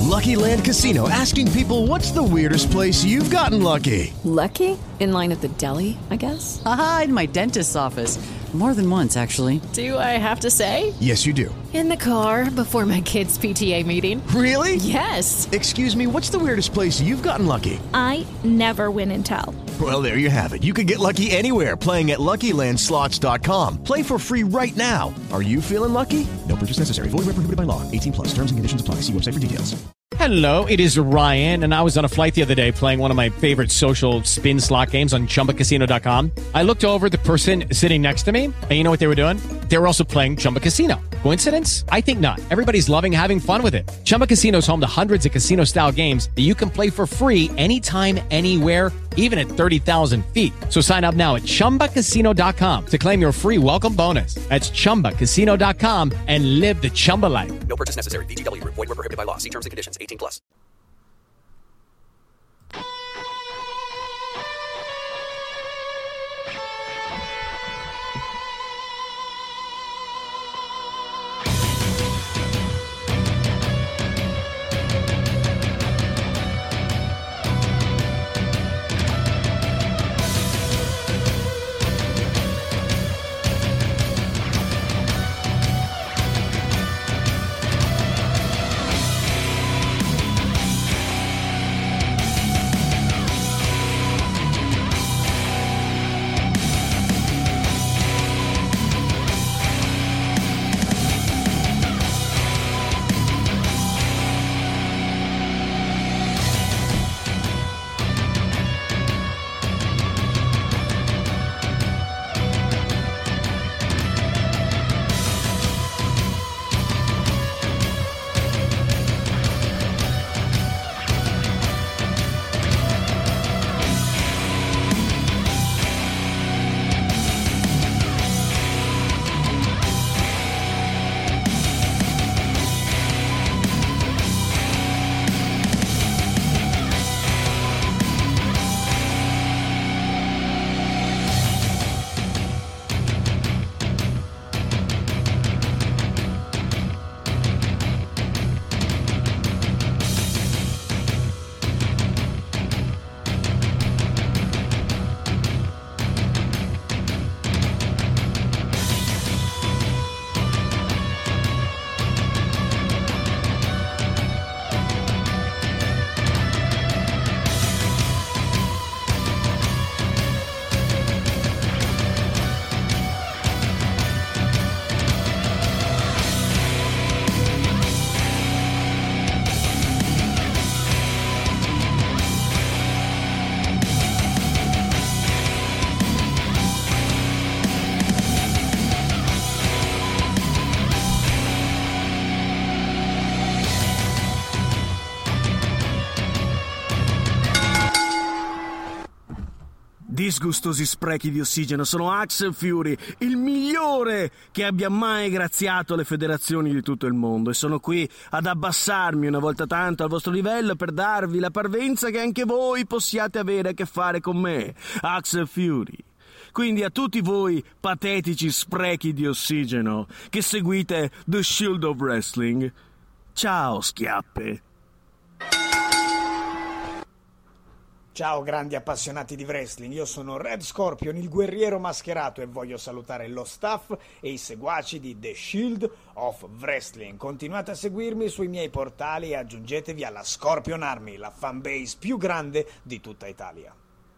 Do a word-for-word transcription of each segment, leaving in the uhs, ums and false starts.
Lucky Land Casino, asking people, what's the weirdest place you've gotten lucky? Lucky? In line at the deli, I guess? Aha, in my dentist's office. More than once, actually. Do I have to say? Yes, you do. In the car before my kids' P T A meeting. Really? Yes. Excuse me, what's the weirdest place you've gotten lucky? I never win and tell. Well, there you have it. You can get lucky anywhere, playing at Lucky Land Slots dot com. Play for free right now. Are you feeling lucky? No purchase necessary. Void where prohibited by law. eighteen plus. Terms and conditions apply. See website for details. Hello, it is Ryan, and I was on a flight the other day playing one of my favorite social spin slot games on Chumba Casino dot com. I looked over at the person sitting next to me, and you know what they were doing? They were also playing Chumba Casino. Coincidence? I think not. Everybody's loving having fun with it. Chumba Casino is home to hundreds of casino-style games that you can play for free anytime, anywhere, even at thirty thousand feet. So sign up now at Chumba Casino dot com to claim your free welcome bonus. That's Chumba Casino dot com and live the Chumba life. No purchase necessary. V G W. Void where prohibited by law. See terms and conditions. eighteen plus. Disgustosi sprechi di ossigeno, sono Axel Fury, il migliore che abbia mai graziato le federazioni di tutto il mondo, e sono qui ad abbassarmi una volta tanto al vostro livello per darvi la parvenza che anche voi possiate avere a che fare con me, Axel Fury. Quindi a tutti voi patetici sprechi di ossigeno che seguite The Shield of Wrestling, ciao schiappe. Ciao grandi appassionati di wrestling, io sono Red Scorpion, il guerriero mascherato, e voglio salutare lo staff e i seguaci di The Shield of Wrestling. Continuate a seguirmi sui miei portali e aggiungetevi alla Scorpion Army, la fanbase più grande di tutta Italia.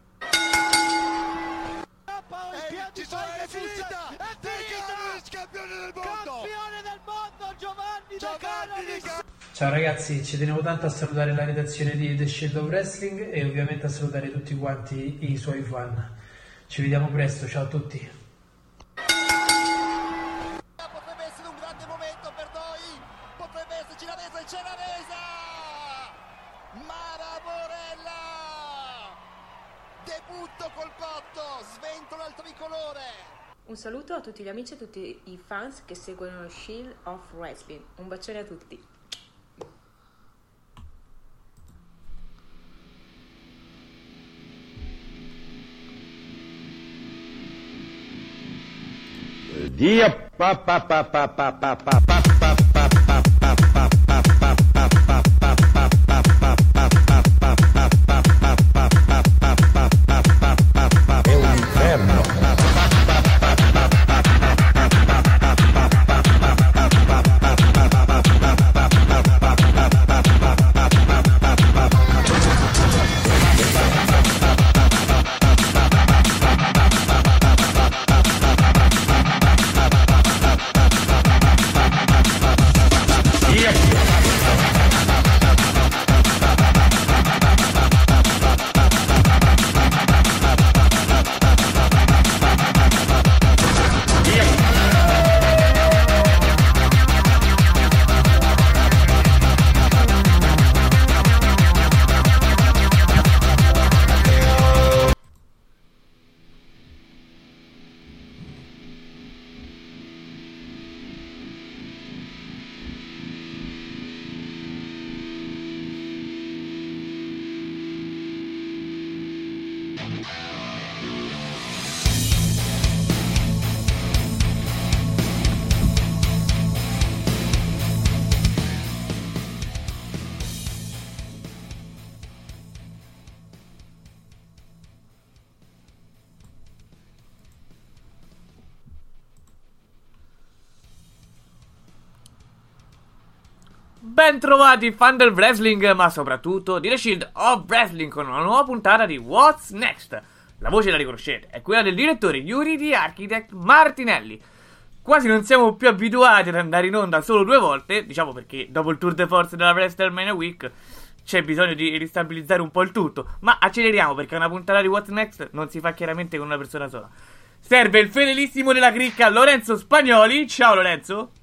Ci sono, è finita! È finita! Campione del mondo! Campione del mondo, Giovanni De Caro! Ciao ragazzi, ci tenevo tanto a salutare la redazione di The Shield of Wrestling e ovviamente a salutare tutti quanti i suoi fan. Ci vediamo presto, ciao a tutti. Potrebbe essere un grande momento per noi, potrebbe esserci la resa e c'è la resa! Mara Borella! Debutto col cotto, sventola il tricolore! Un saluto a tutti gli amici e a tutti i fans che seguono Shield of Wrestling. Un bacione a tutti. Dio pa pa pa pa pa pa pa pa pa pa pa pa pa pa pa pa Ben trovati fan del wrestling, ma soprattutto di The Shield of Wrestling, con una nuova puntata di What's Next. La voce la riconoscete, è quella del direttore Yuri The Architect Martinelli. Quasi non siamo più abituati ad andare in onda solo due volte, diciamo perché dopo il tour de force della WrestleMania Week c'è bisogno di ristabilizzare un po' il tutto, ma acceleriamo perché una puntata di What's Next non si fa chiaramente con una persona sola. Serve il fedelissimo della cricca Lorenzo Spagnoli. Ciao Lorenzo.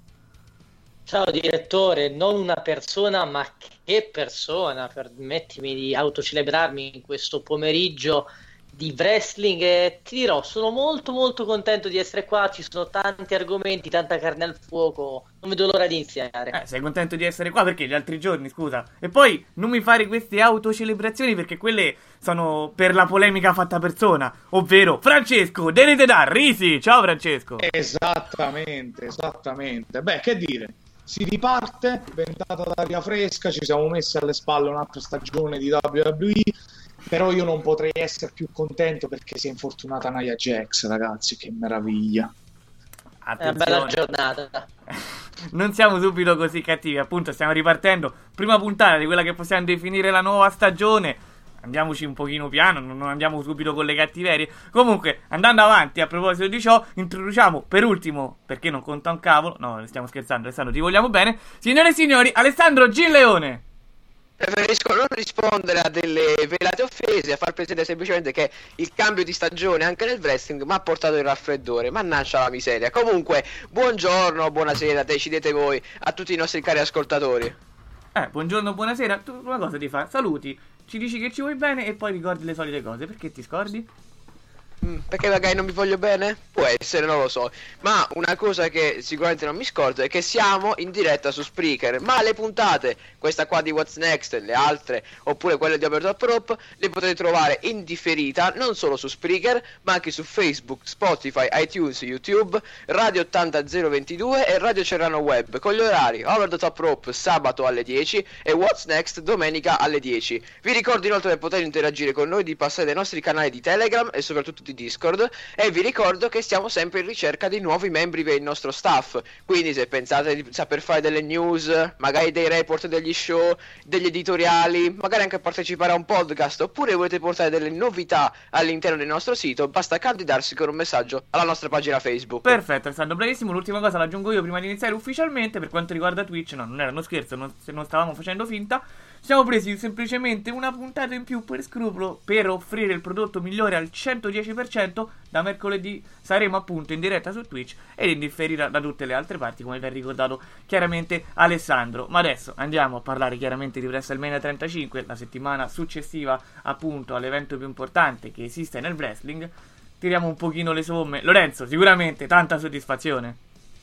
Ciao direttore, non una persona ma che persona, permettimi di autocelebrarmi in questo pomeriggio di wrestling e ti dirò, sono molto molto contento di essere qua, ci sono tanti argomenti, tanta carne al fuoco, non vedo l'ora di iniziare. Eh, sei contento di essere qua perché gli altri giorni, scusa? E poi non mi fare queste autocelebrazioni perché quelle sono per la polemica fatta persona, ovvero Francesco Denededà Risi. Ciao Francesco. Esattamente, esattamente. Beh, che dire? Si riparte, ventata d'aria fresca, ci siamo messi alle spalle un'altra stagione di W W E, però io non potrei essere più contento perché si è infortunata Nia Jax, ragazzi, che meraviglia. È una bella giornata. Non siamo subito così cattivi, appunto stiamo ripartendo, prima puntata di quella che possiamo definire la nuova stagione. Andiamoci un pochino piano, non andiamo subito con le cattiverie. Comunque, andando avanti, a proposito di ciò, introduciamo per ultimo, perché non conta un cavolo, no, stiamo scherzando, Alessandro, ti vogliamo bene, signore e signori, Alessandro Gileone. Preferisco non rispondere a delle velate offese, a far presente semplicemente che il cambio di stagione anche nel wrestling mi ha portato il raffreddore, mannaggia la miseria. Comunque, buongiorno, buonasera, decidete voi, a tutti i nostri cari ascoltatori. Eh, buongiorno, buonasera, tu una cosa ti fa, saluti, ci dici che ci vuoi bene e poi ricordi le solite cose, perché ti scordi? Mm, perché magari non vi voglio bene? Può essere, non lo so. Ma una cosa che sicuramente non mi scordo è che siamo in diretta su Spreaker. Ma le puntate, questa qua di What's Next, le altre, oppure quelle di Over the Top, le potete trovare in differita non solo su Spreaker, ma anche su Facebook, Spotify, iTunes, YouTube, Radio ottanta zero ventidue e Radio Cerrano Web, con gli orari Over the Top Rope sabato alle dieci e What's Next domenica alle dieci. Vi ricordo inoltre di poter interagire con noi, di passare dai nostri canali di Telegram e soprattutto di Discord, e vi ricordo che stiamo sempre in ricerca di nuovi membri per il nostro staff, quindi se pensate di saper fare delle news, magari dei report degli show, degli editoriali, magari anche partecipare a un podcast, oppure volete portare delle novità all'interno del nostro sito, basta candidarsi con un messaggio alla nostra pagina Facebook. Perfetto, Alessandro, bravissimo. L'ultima cosa l'aggiungo io prima di iniziare ufficialmente, per quanto riguarda Twitch, no, non era uno scherzo, non, se non stavamo facendo finta. Siamo presi semplicemente una puntata in più per scrupolo, per offrire il prodotto migliore al centodieci per cento. Da mercoledì saremo appunto in diretta su Twitch ed in differita da tutte le altre parti, come vi ha ricordato chiaramente Alessandro. Ma adesso andiamo a parlare chiaramente di WrestleMania trentacinque, la settimana successiva appunto all'evento più importante che esiste nel wrestling. Tiriamo un pochino le somme. Lorenzo, sicuramente tanta soddisfazione.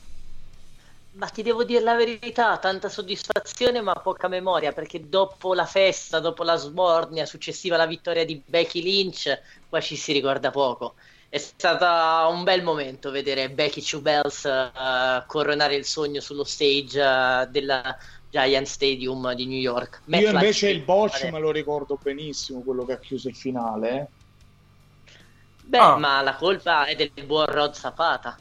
Ma ti devo dire la verità, tanta soddisfazione ma poca memoria, perché dopo la festa, dopo la sbornia successiva alla vittoria di Becky Lynch, qua ci si ricorda poco. È stato un bel momento vedere Becky Two Bells uh, coronare il sogno sullo stage uh, della Giant Stadium di New York. Io Matt invece Lack- il botch me lo ricordo benissimo, quello che ha chiuso il finale. Eh? Beh, oh. ma la colpa è del buon Rod Zapata.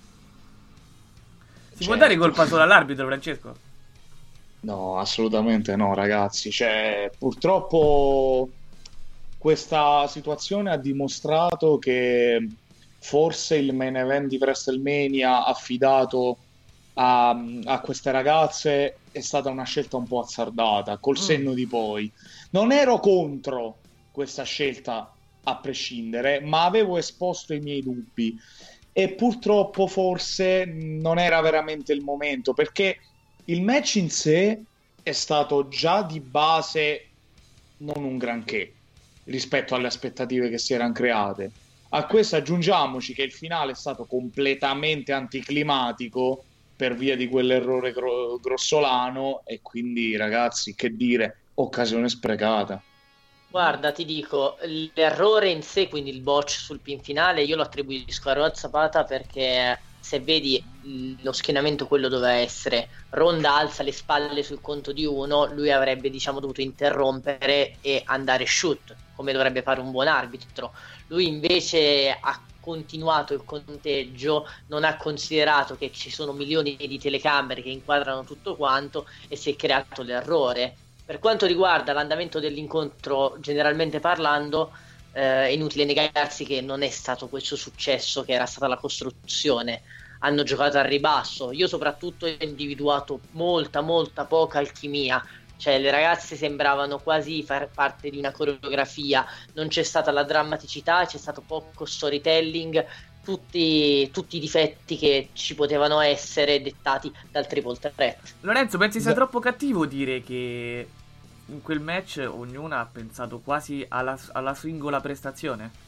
Si certo. può dare colpa solo all'arbitro, Francesco? No, assolutamente no, ragazzi. Cioè, purtroppo questa situazione ha dimostrato che forse il main event di WrestleMania affidato a, a queste ragazze è stata una scelta un po' azzardata, col mm. senno di poi. Non ero contro questa scelta a prescindere, ma avevo esposto i miei dubbi. E purtroppo forse non era veramente il momento, perché il match in sé è stato già di base non un granché rispetto alle aspettative che si erano create. A questo aggiungiamoci che il finale è stato completamente anticlimatico per via di quell'errore gro- grossolano e quindi, ragazzi, che dire, occasione sprecata. Guarda, ti dico, l'errore in sé, quindi il botch sul pin finale, io lo attribuisco a Rod Zapata perché se vedi lo schienamento quello doveva essere Ronda alza le spalle sul conto di uno, lui avrebbe diciamo dovuto interrompere e andare shoot, come dovrebbe fare un buon arbitro. Lui invece ha continuato il conteggio, non ha considerato che ci sono milioni di telecamere che inquadrano tutto quanto e si è creato l'errore. Per quanto riguarda l'andamento dell'incontro, generalmente parlando, eh, è inutile negarsi che non è stato questo successo che era stata la costruzione. Hanno giocato al ribasso. Io soprattutto ho individuato molta, molta poca alchimia. Cioè le ragazze sembravano quasi far parte di una coreografia, non c'è stata la drammaticità, c'è stato poco storytelling, tutti, tutti i difetti che ci potevano essere dettati dal triple threat. Lorenzo, pensi sia troppo cattivo dire che in quel match ognuna ha pensato quasi alla, alla singola prestazione?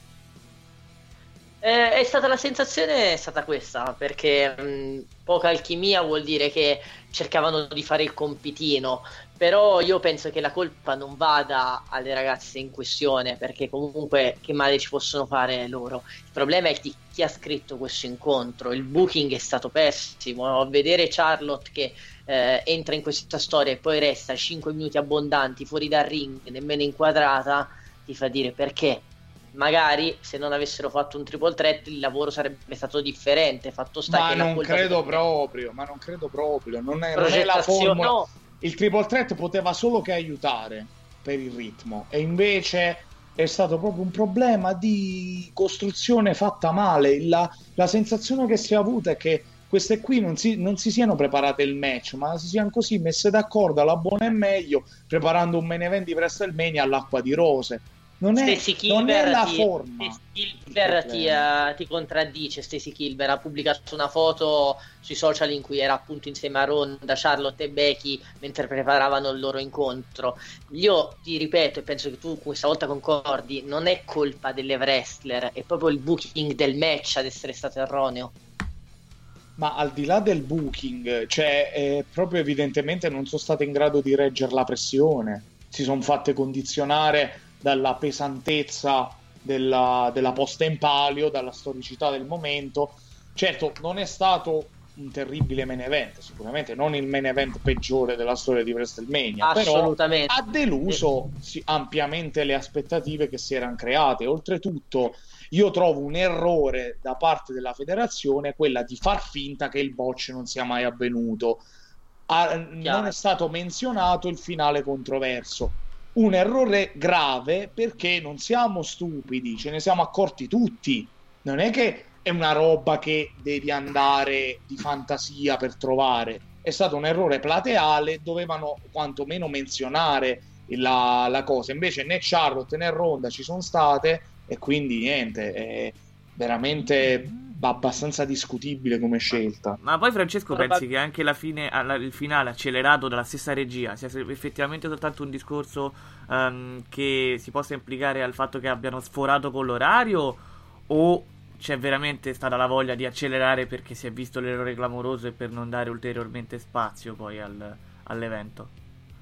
Eh, è stata la sensazione, è stata questa, perché mh, poca alchimia vuol dire che cercavano di fare il compitino, però io penso che la colpa non vada alle ragazze in questione, perché comunque che male ci possono fare loro. Il problema è di chi ha scritto questo incontro. Il booking è stato pessimo. Vedere Charlotte che eh, entra in questa storia e poi resta cinque minuti abbondanti fuori dal ring, nemmeno inquadrata, ti fa dire perché. Magari se non avessero fatto un triple threat il lavoro sarebbe stato differente. Fatto sta ma che non la credo di... proprio ma non credo proprio non è, non è la formula. No. Il triple threat poteva solo che aiutare per il ritmo, e invece è stato proprio un problema di costruzione fatta male. La, la sensazione che si è avuta è che queste qui non si, non si siano preparate il match, ma si siano così messe d'accordo alla buona e meglio, preparando un main event di WrestleMania all'acqua di rose. Non è, non è la ti, forma. Stacy Kilber ti, uh, ti contraddice. Stacy Kilber ha pubblicato una foto sui social in cui era appunto insieme a Ronda, Charlotte e Becky mentre preparavano il loro incontro. Io ti ripeto, e penso che tu questa volta concordi, non è colpa delle wrestler, è proprio il booking del match ad essere stato erroneo. Ma al di là del booking, cioè eh, proprio evidentemente non sono state in grado di reggere la pressione, si sono fatte condizionare dalla pesantezza della, della posta in palio, dalla storicità del momento. Certo, non è stato un terribile main event, sicuramente non il main event peggiore della storia di WrestleMania, assolutamente, però ha deluso sì, ampiamente le aspettative che si erano create. Oltretutto io trovo un errore da parte della federazione quella di far finta che il botch non sia mai avvenuto. Ah, non è stato menzionato il finale controverso. Un errore grave, perché non siamo stupidi, ce ne siamo accorti tutti. Non è che è una roba che devi andare di fantasia per trovare. È stato un errore plateale, dovevano quantomeno menzionare la, la cosa. Invece né Charlotte né Ronda ci sono state, e quindi niente, è veramente abbastanza discutibile come scelta. Ma poi Francesco, pensi che anche la fine, il finale accelerato dalla stessa regia sia effettivamente soltanto un discorso um, che si possa implicare al fatto che abbiano sforato con l'orario, o c'è veramente stata la voglia di accelerare perché si è visto l'errore clamoroso e per non dare ulteriormente spazio poi al, all'evento?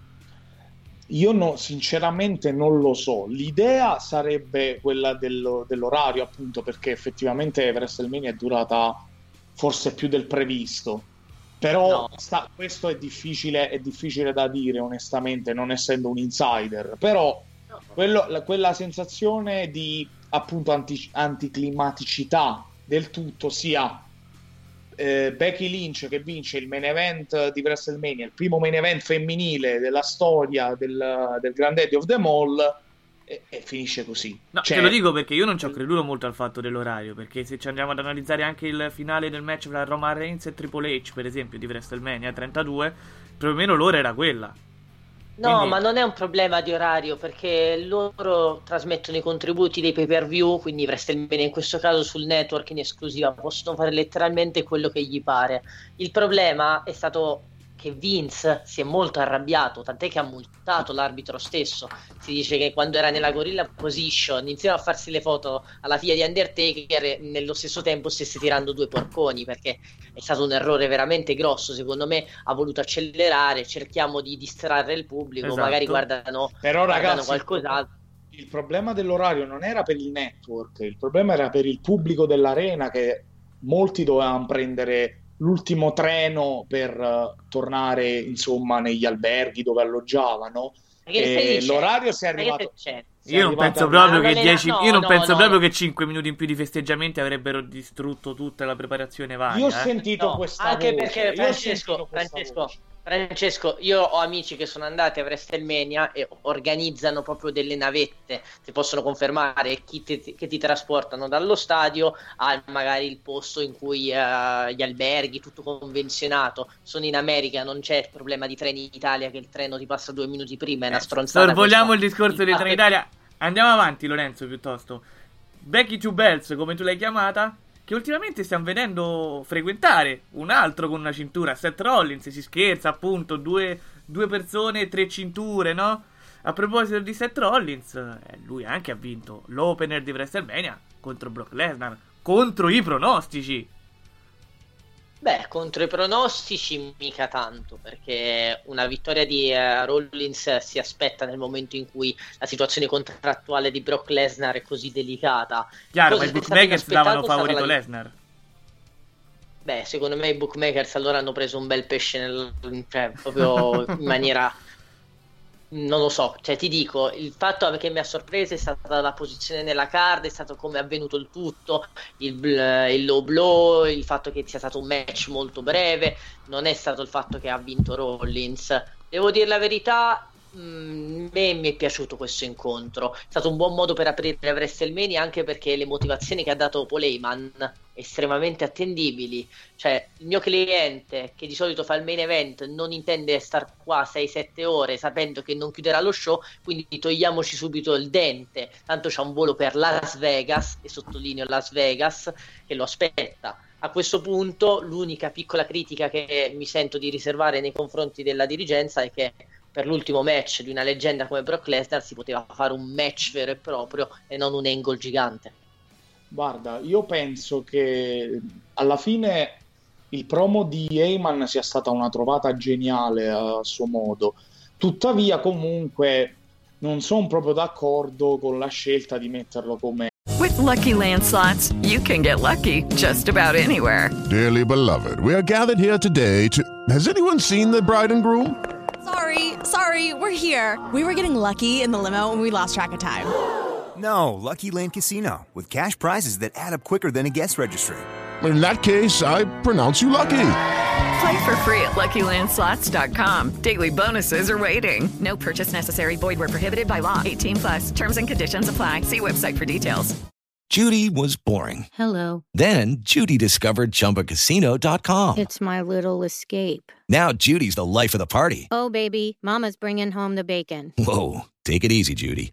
Io no, sinceramente non lo so. L'idea sarebbe quella dello, dell'orario, appunto, perché effettivamente WrestleMania è durata forse più del previsto. Però no. sta, questo è difficile, è difficile da dire, onestamente, non essendo un insider. Però no. quello, la, quella sensazione di appunto anti, anticlimaticità del tutto, sia Eh, Becky Lynch che vince il main event di WrestleMania, il primo main event femminile della storia del, del Granddaddy of them all, e, e finisce così. No, cioè, te lo dico perché io non ci ho creduto molto al fatto dell'orario, perché se ci andiamo ad analizzare anche il finale del match tra Roman Reigns e Triple H, per esempio, di WrestleMania trentadue, più o meno l'ora era quella. No, Quindi... ma non è un problema di orario, perché loro trasmettono i contributi dei pay per view, quindi WrestleMania in questo caso sul network in esclusiva, possono fare letteralmente quello che gli pare. Il problema è stato che Vince si è molto arrabbiato, tant'è che ha multato l'arbitro stesso. Si dice che quando era nella gorilla position, insieme a farsi le foto alla figlia di Undertaker, nello stesso tempo stesse tirando due porconi, perché è stato un errore veramente grosso. Secondo me ha voluto accelerare, cerchiamo di distrarre il pubblico, esatto. Magari guardano, Però, guardano ragazzi, qualcos'altro. Il problema dell'orario non era per il network, il problema era per il pubblico dell'arena, che molti dovevano prendere l'ultimo treno per uh, tornare insomma negli alberghi dove alloggiavano, e l'orario si è arrivato Io non penso proprio che dieci no, io non no, penso no. proprio che cinque minuti in più di festeggiamenti avrebbero distrutto tutta la preparazione varia. Io ho eh. sentito no, questa anche voce. perché Francesco, Francesco, Francesco, io ho amici che sono andati a WrestleMania e organizzano proprio delle navette, ti possono confermare chi ti, che ti trasportano dallo stadio a magari il posto in cui uh, gli alberghi, tutto convenzionato. Sono in America, non c'è il problema di treni in Italia che il treno ti passa due minuti prima, è una stronzata. Sorvoliamo il discorso dei treni in Italia. Andiamo avanti, Lorenzo, piuttosto. Becky Two Bells, come tu l'hai chiamata, che ultimamente stiamo vedendo frequentare un altro con una cintura, Seth Rollins, si scherza appunto, due, due persone, tre cinture, no? A proposito di Seth Rollins, eh, lui anche ha vinto l'opener di WrestleMania contro Brock Lesnar, contro i pronostici. Beh, contro i pronostici mica tanto, perché una vittoria di uh, Rollins si aspetta nel momento in cui la situazione contrattuale di Brock Lesnar è così delicata. Chiaro, ma i bookmakers davano favorito la... Lesnar. Beh, secondo me i bookmakers allora hanno preso un bel pesce nel... cioè, proprio in maniera... non lo so, cioè ti dico, il fatto che mi ha sorpreso è stata la posizione nella card, è stato come è avvenuto il tutto, il, il low blow, il fatto che sia stato un match molto breve, non è stato il fatto che ha vinto Rollins. Devo dire la verità, a me mi è piaciuto questo incontro, è stato un buon modo per aprire la WrestleMania, anche perché le motivazioni che ha dato Paul Heyman estremamente attendibili, cioè il mio cliente che di solito fa il main event non intende star qua sei sette ore sapendo che non chiuderà lo show, quindi togliamoci subito il dente, tanto c'ha un volo per Las Vegas, e sottolineo Las Vegas, che lo aspetta. A questo punto l'unica piccola critica che mi sento di riservare nei confronti della dirigenza è che per l'ultimo match di una leggenda come Brock Lesnar si poteva fare un match vero e proprio e non un angle gigante. Guarda, io penso che alla fine il promo di Heyman sia stata una trovata geniale a suo modo. Tuttavia, comunque, non sono proprio d'accordo con la scelta di metterlo come... With Lucky Land Slots, you can get lucky just about anywhere. Dearly beloved, we are gathered here today to... Has anyone seen the bride and groom? Sorry, sorry, we're here. We were getting lucky in the limo and we lost track of time. No, Lucky Land Casino, with cash prizes that add up quicker than a guest registry. In that case, I pronounce you lucky. Play for free at Lucky Land Slots dot com. Daily bonuses are waiting. No purchase necessary. Void where prohibited by law. eighteen plus. Terms and conditions apply. See website for details. Judy was boring. Hello. Then Judy discovered Chumba Casino dot com. It's my little escape. Now Judy's the life of the party. Oh, baby, mama's bringing home the bacon. Whoa, take it easy, Judy.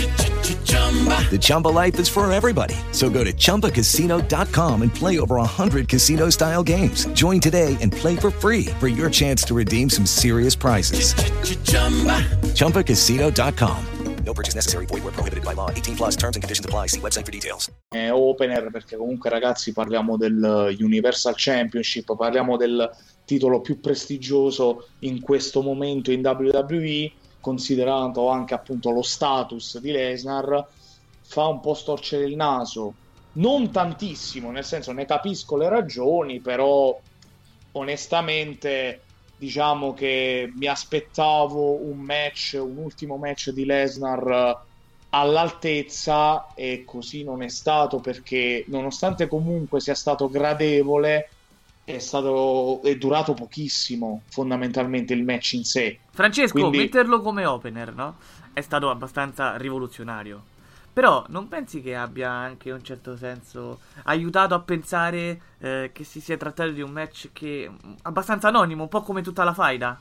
The Chumba life is for everybody. So go to Chumba Casino dot com and play over one hundred casino-style games. Join today and play for free for your chance to redeem some serious prizes. Chumba Casino dot com. No purchase necessary. Void where prohibited by law. eighteen plus. Terms and conditions apply. See website for details. È opener perché comunque, ragazzi, parliamo del Universal Championship, parliamo del titolo più prestigioso in questo momento in W W E, considerato anche appunto lo status di Lesnar. Fa un po' storcere il naso, non tantissimo, nel senso, ne capisco le ragioni, però onestamente diciamo che mi aspettavo un match, un ultimo match di Lesnar all'altezza, e così non è stato, perché nonostante comunque sia stato gradevole, è stato è durato pochissimo fondamentalmente il match in sé. Francesco, Quindi... metterlo come opener, no? È stato abbastanza rivoluzionario. Però non pensi che abbia anche in un certo senso aiutato a pensare eh, che si sia trattato di un match che abbastanza anonimo, un po' come tutta la faida?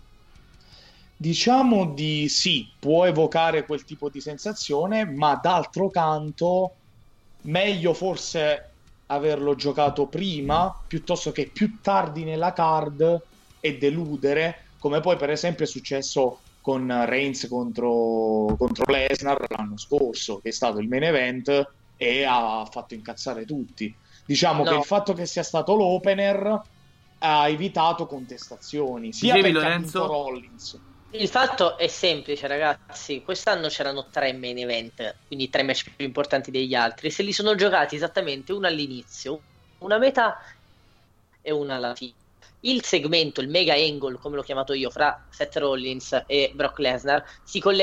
Diciamo di sì, può evocare quel tipo di sensazione, ma d'altro canto meglio forse averlo giocato prima piuttosto che più tardi nella card e deludere, come poi per esempio è successo con Reigns contro, contro Lesnar l'anno scorso, che è stato il main event e ha fatto incazzare tutti. Diciamo no. che il fatto che sia stato l'opener ha evitato contestazioni, sia Dicevi, perché Lorenzo? ha vinto Rollins. Il fatto è semplice, ragazzi, quest'anno c'erano tre main event, quindi tre match più importanti degli altri, se li sono giocati esattamente uno all'inizio, una a metà e una alla fine. Il segmento, il mega angle, come l'ho chiamato io, fra Seth Rollins e Brock Lesnar si collega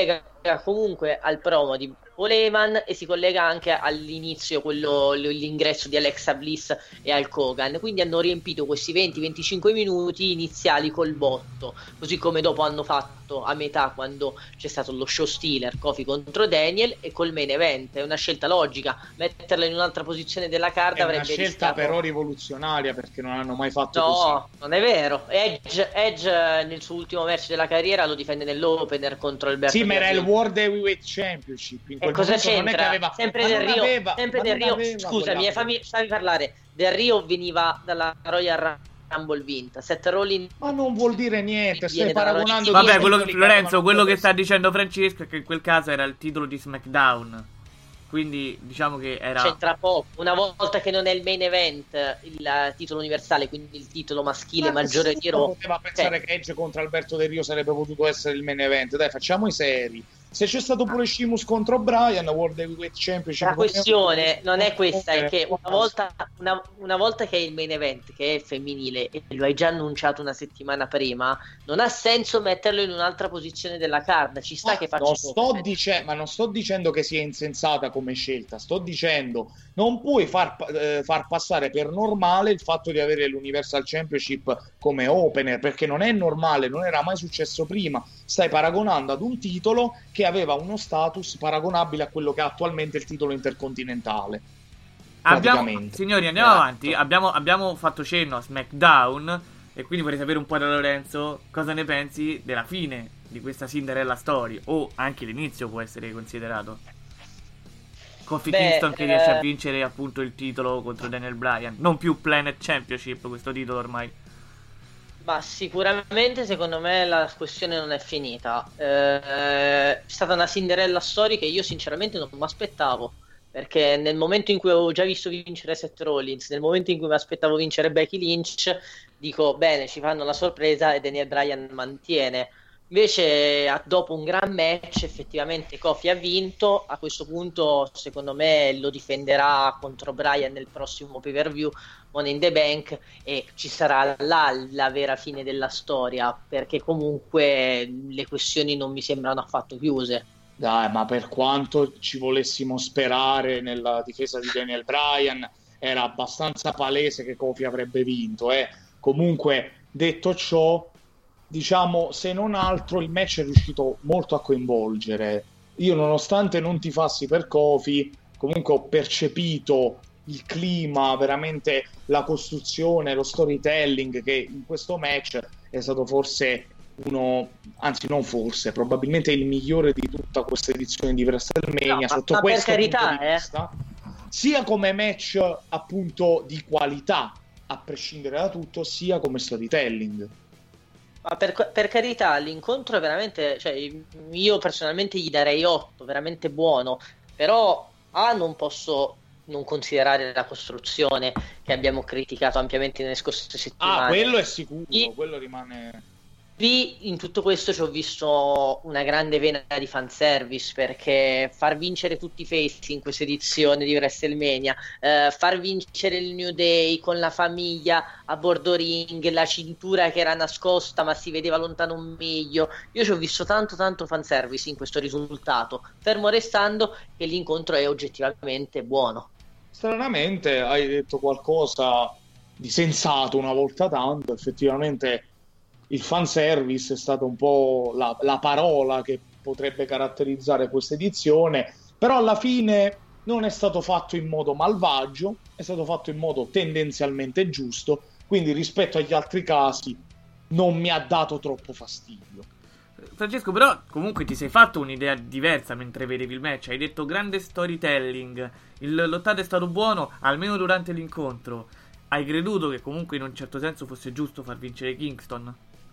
collega comunque al promo di Paul Heyman e si collega anche all'inizio, quello, l'ingresso di Alexa Bliss e Hulk Hogan, quindi hanno riempito questi venti venticinque minuti iniziali col botto, così come dopo hanno fatto a metà quando c'è stato lo show stealer Kofi contro Daniel, e col main event. È una scelta logica, metterla in un'altra posizione della card è avrebbe una scelta rischiato... però rivoluzionaria, perché non hanno mai fatto no, così. non è vero. Edge, Edge nel suo ultimo match della carriera lo difende nell'opener contro Alberto Sì, ma era il Del Rio. World Heavyweight Championship. In E cosa c'entra? Non è che aveva... Sempre ma Del non Rio, aveva- sempre ma Del non Rio. aveva Scusami, quella- eh, fammi, fammi parlare. Del Rio veniva dalla Royal Rumble vinta. Seth Rollins, ma non vuol dire niente. Stai viene dalla paragonando Royal- Vabbè, quello Sì, che, sì, Lorenzo, sì, quello sì. che sta dicendo Francesco è che in quel caso era il titolo di SmackDown. Quindi diciamo che era... c'entra poco. Una volta che non è il main event, il titolo universale, quindi il titolo maschile Ma maggiore di nessuno Raw, poteva pensare che Edge contro Alberto Del Rio sarebbe potuto essere il main event. Dai, facciamo i seri. Se c'è stato pure Sheamus contro Bryan, World Heavyweight Championship, la questione non è questa, è che una Eh, volta, una, una volta che è il main event, che è femminile, e lo hai già annunciato una settimana prima, non ha senso metterlo in un'altra posizione della card. Ci sta Ma che faccia non sto dice- ma non sto dicendo che sia insensata come scelta, sto dicendo non puoi far, eh, far passare per normale il fatto di avere l'Universal Championship come opener, perché non è normale, non era mai successo prima. Stai paragonando ad un titolo che aveva uno status paragonabile a quello che ha attualmente il titolo intercontinentale. Abbiamo, signori, andiamo Esatto. avanti. Abbiamo, abbiamo fatto cenno a SmackDown, e quindi vorrei sapere un po' da Lorenzo cosa ne pensi della fine di questa Cinderella Story, o anche l'inizio può essere considerato. Kofi Beh, Kingston che eh... riesce a vincere appunto il titolo contro Daniel Bryan, non più Planet Championship questo titolo ormai. Ma sicuramente secondo me la questione non è finita. Eh, è stata una Cinderella Story che io sinceramente non mi aspettavo, perché nel momento in cui avevo già visto vincere Seth Rollins, nel momento in cui mi aspettavo vincere Becky Lynch, dico bene, ci fanno la sorpresa e Daniel Bryan mantiene. Invece a- dopo un gran match effettivamente Kofi ha vinto. A questo punto secondo me lo difenderà contro Bryan nel prossimo pay per view Money in the Bank, e ci sarà là la vera fine della storia, perché comunque le questioni non mi sembrano affatto chiuse. Dai, ma per quanto ci volessimo sperare nella difesa di Daniel Bryan, era abbastanza palese che Kofi avrebbe vinto. Eh. Comunque, detto ciò, diciamo, se non altro, il match è riuscito molto a coinvolgere. Io, nonostante non tifassi per Kofi, comunque ho percepito il clima, veramente la costruzione, lo storytelling, che in questo match è stato forse uno, anzi non forse, probabilmente il migliore di tutta questa edizione di WrestleMania, No, ma- sotto ma per questo carità, punto di eh. vista, sia come match appunto di qualità, a prescindere da tutto, sia come storytelling. Ma per, per carità, l'incontro è veramente, cioè, io personalmente gli darei otto, veramente buono, però A, non posso non considerare la costruzione che abbiamo criticato ampiamente nelle scorse settimane. Ah, quello è sicuro, E- quello rimane... B, in tutto questo ci ho visto una grande vena di fanservice, perché far vincere tutti i face in questa edizione di WrestleMania, eh, far vincere il New Day con la famiglia a bordo ring, la cintura che era nascosta ma si vedeva lontano un miglio, io ci ho visto tanto tanto fanservice in questo risultato, fermo restando che l'incontro è oggettivamente buono. Stranamente hai detto qualcosa di sensato una volta tanto. Effettivamente il fanservice è stato un po' la, la parola che potrebbe caratterizzare questa edizione, però alla fine non è stato fatto in modo malvagio, è stato fatto in modo tendenzialmente giusto, quindi rispetto agli altri casi non mi ha dato troppo fastidio. Francesco, però comunque ti sei fatto un'idea diversa mentre vedevi il match. Hai detto grande storytelling, il lottato è stato buono almeno durante l'incontro. Hai creduto che comunque in un certo senso fosse giusto far vincere Kingston?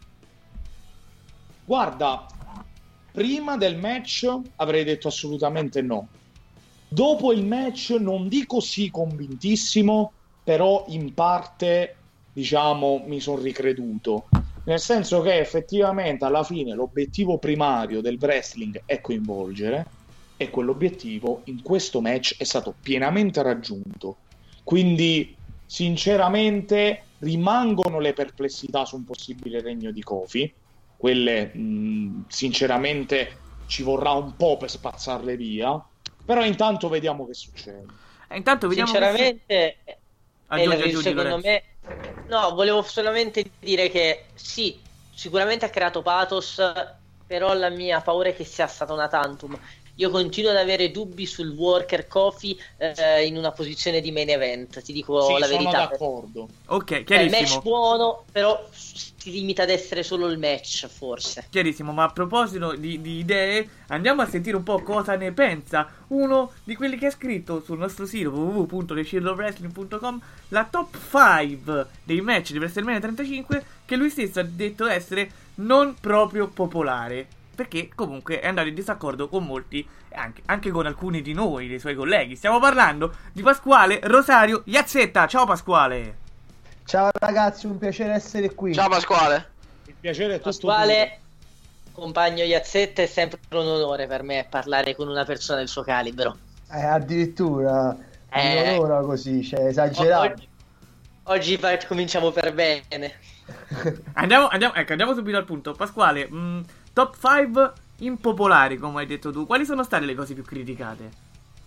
Guarda, prima del match avrei detto assolutamente no. Dopo il match non dico sì convintissimo, però in parte, diciamo, mi sono ricreduto. Nel senso che effettivamente alla fine l'obiettivo primario del wrestling è coinvolgere, e quell'obiettivo in questo match è stato pienamente raggiunto. Quindi, sinceramente, rimangono le perplessità su un possibile regno di Kofi. Quelle mh, sinceramente ci vorrà un po' per spazzarle via, però intanto vediamo che succede. E intanto vediamo Sinceramente, che... aggiungi, eh, aggiungi, secondo Lorenzo. me, no, volevo solamente dire che sì, sicuramente ha creato pathos, però la mia paura è che sia stata una tantum. Io continuo ad avere dubbi sul Worker Kofi eh, in una posizione di main event, ti dico Sì, la sono verità. d'accordo. Ok, È il chiarissimo. match buono, però si limita ad essere solo il match, forse. Chiarissimo, ma a proposito di, di idee, andiamo a sentire un po' cosa ne pensa uno di quelli che ha scritto sul nostro sito w w w punto the shield of wrestling punto com la top cinque dei match di WrestleMania trentacinque, che lui stesso ha detto essere non proprio popolare, perché comunque è andato in disaccordo con molti, anche, anche con alcuni di noi, dei suoi colleghi. Stiamo parlando di Pasquale Rosario Iazzetta. Ciao Pasquale. Ciao ragazzi, un piacere essere qui. Ciao Pasquale. Il piacere è tutto Pasquale, compagno Iazzetta, è sempre un onore per me parlare con una persona del suo calibro. Eh, addirittura Eh. non ora così, cioè esagerato. Oggi, oggi par- cominciamo per bene. Andiamo, andiamo, ecco, andiamo subito al punto. Pasquale, mh, top cinque impopolari, come hai detto tu. Quali sono state le cose più criticate?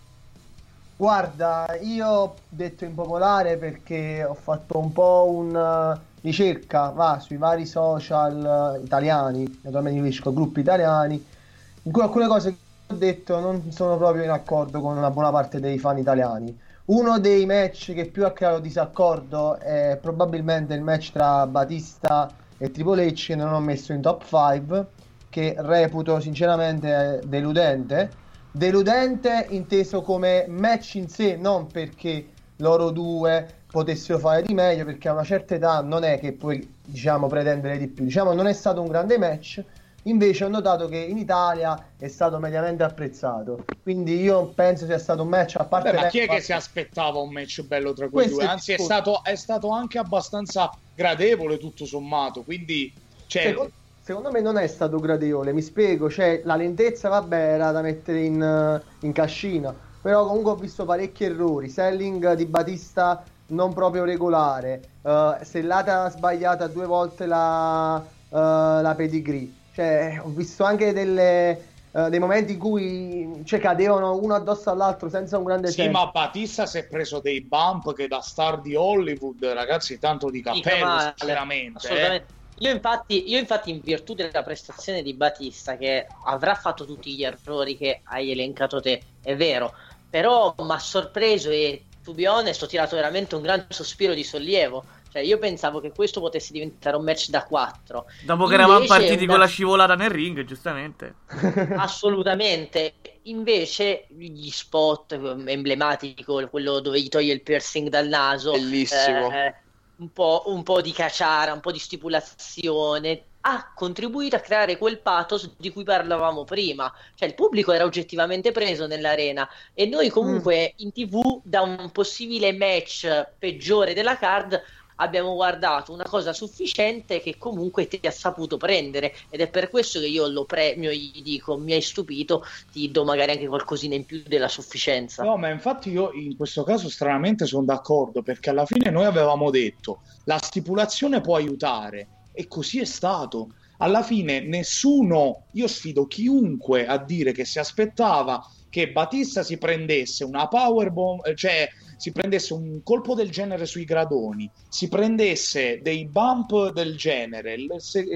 Guarda, io ho detto impopolare perché ho fatto un po' una ricerca, va, sui vari social italiani, naturalmente mi riferisco a gruppi italiani, in cui alcune cose che ho detto non sono proprio in accordo con una buona parte dei fan italiani. Uno dei match che più ha creato disaccordo è probabilmente il match tra Batista e Triple H, che non ho messo in top cinque, che reputo sinceramente deludente. Deludente inteso come match in sé, non perché loro due potessero fare di meglio, perché a una certa età non è che puoi, diciamo, pretendere di più. Diciamo, non è stato un grande match. Invece ho notato che in Italia è stato mediamente apprezzato, quindi io penso sia stato un match a parte. Beh, ma chi è parte... che si aspettava un match bello tra quei Questo due? è Anzi, è tutto. stato, è stato anche abbastanza gradevole tutto sommato, quindi cioè... secondo, secondo me non è stato gradevole, mi spiego, cioè la lentezza vabbè era da mettere in, in cascina, però comunque ho visto parecchi errori, selling di Batista non proprio regolare, uh, sellata sbagliata due volte la, uh, la pedigree. Cioè, ho visto anche delle, uh, dei momenti in cui cioè, cadevano uno addosso all'altro senza un grande Sì, senso. ma Batista si è preso dei bump che da star di Hollywood, ragazzi, tanto di cappello, male, sinceramente. assolutamente. Eh. Io infatti, io infatti in virtù della prestazione di Batista, che avrà fatto tutti gli errori che hai elencato te, è vero, però mi ha sorpreso e, to be honest, ho tirato veramente un gran sospiro di sollievo. Cioè, io pensavo che questo potesse diventare un match da quattro. Dopo che eravamo Invece partiti una- con la scivolata nel ring, giustamente. Assolutamente. Invece gli spot, emblematico, quello dove gli toglie il piercing dal naso, Bellissimo. eh, un po', un po' di caciara, un po' di stipulazione, ha contribuito a creare quel pathos di cui parlavamo prima. Cioè il pubblico era oggettivamente preso nell'arena e noi comunque in tv da un possibile match peggiore della card abbiamo guardato una cosa sufficiente che comunque ti ha saputo prendere, ed è per questo che io lo premio, gli dico mi hai stupito, ti do magari anche qualcosina in più della sufficienza. No, ma infatti io in questo caso stranamente sono d'accordo, perché alla fine noi avevamo detto la stipulazione può aiutare e così è stato. Alla fine nessuno, io sfido chiunque a dire che si aspettava che Batista si prendesse una powerbomb, cioè si prendesse un colpo del genere sui gradoni, si prendesse dei bump del genere, il,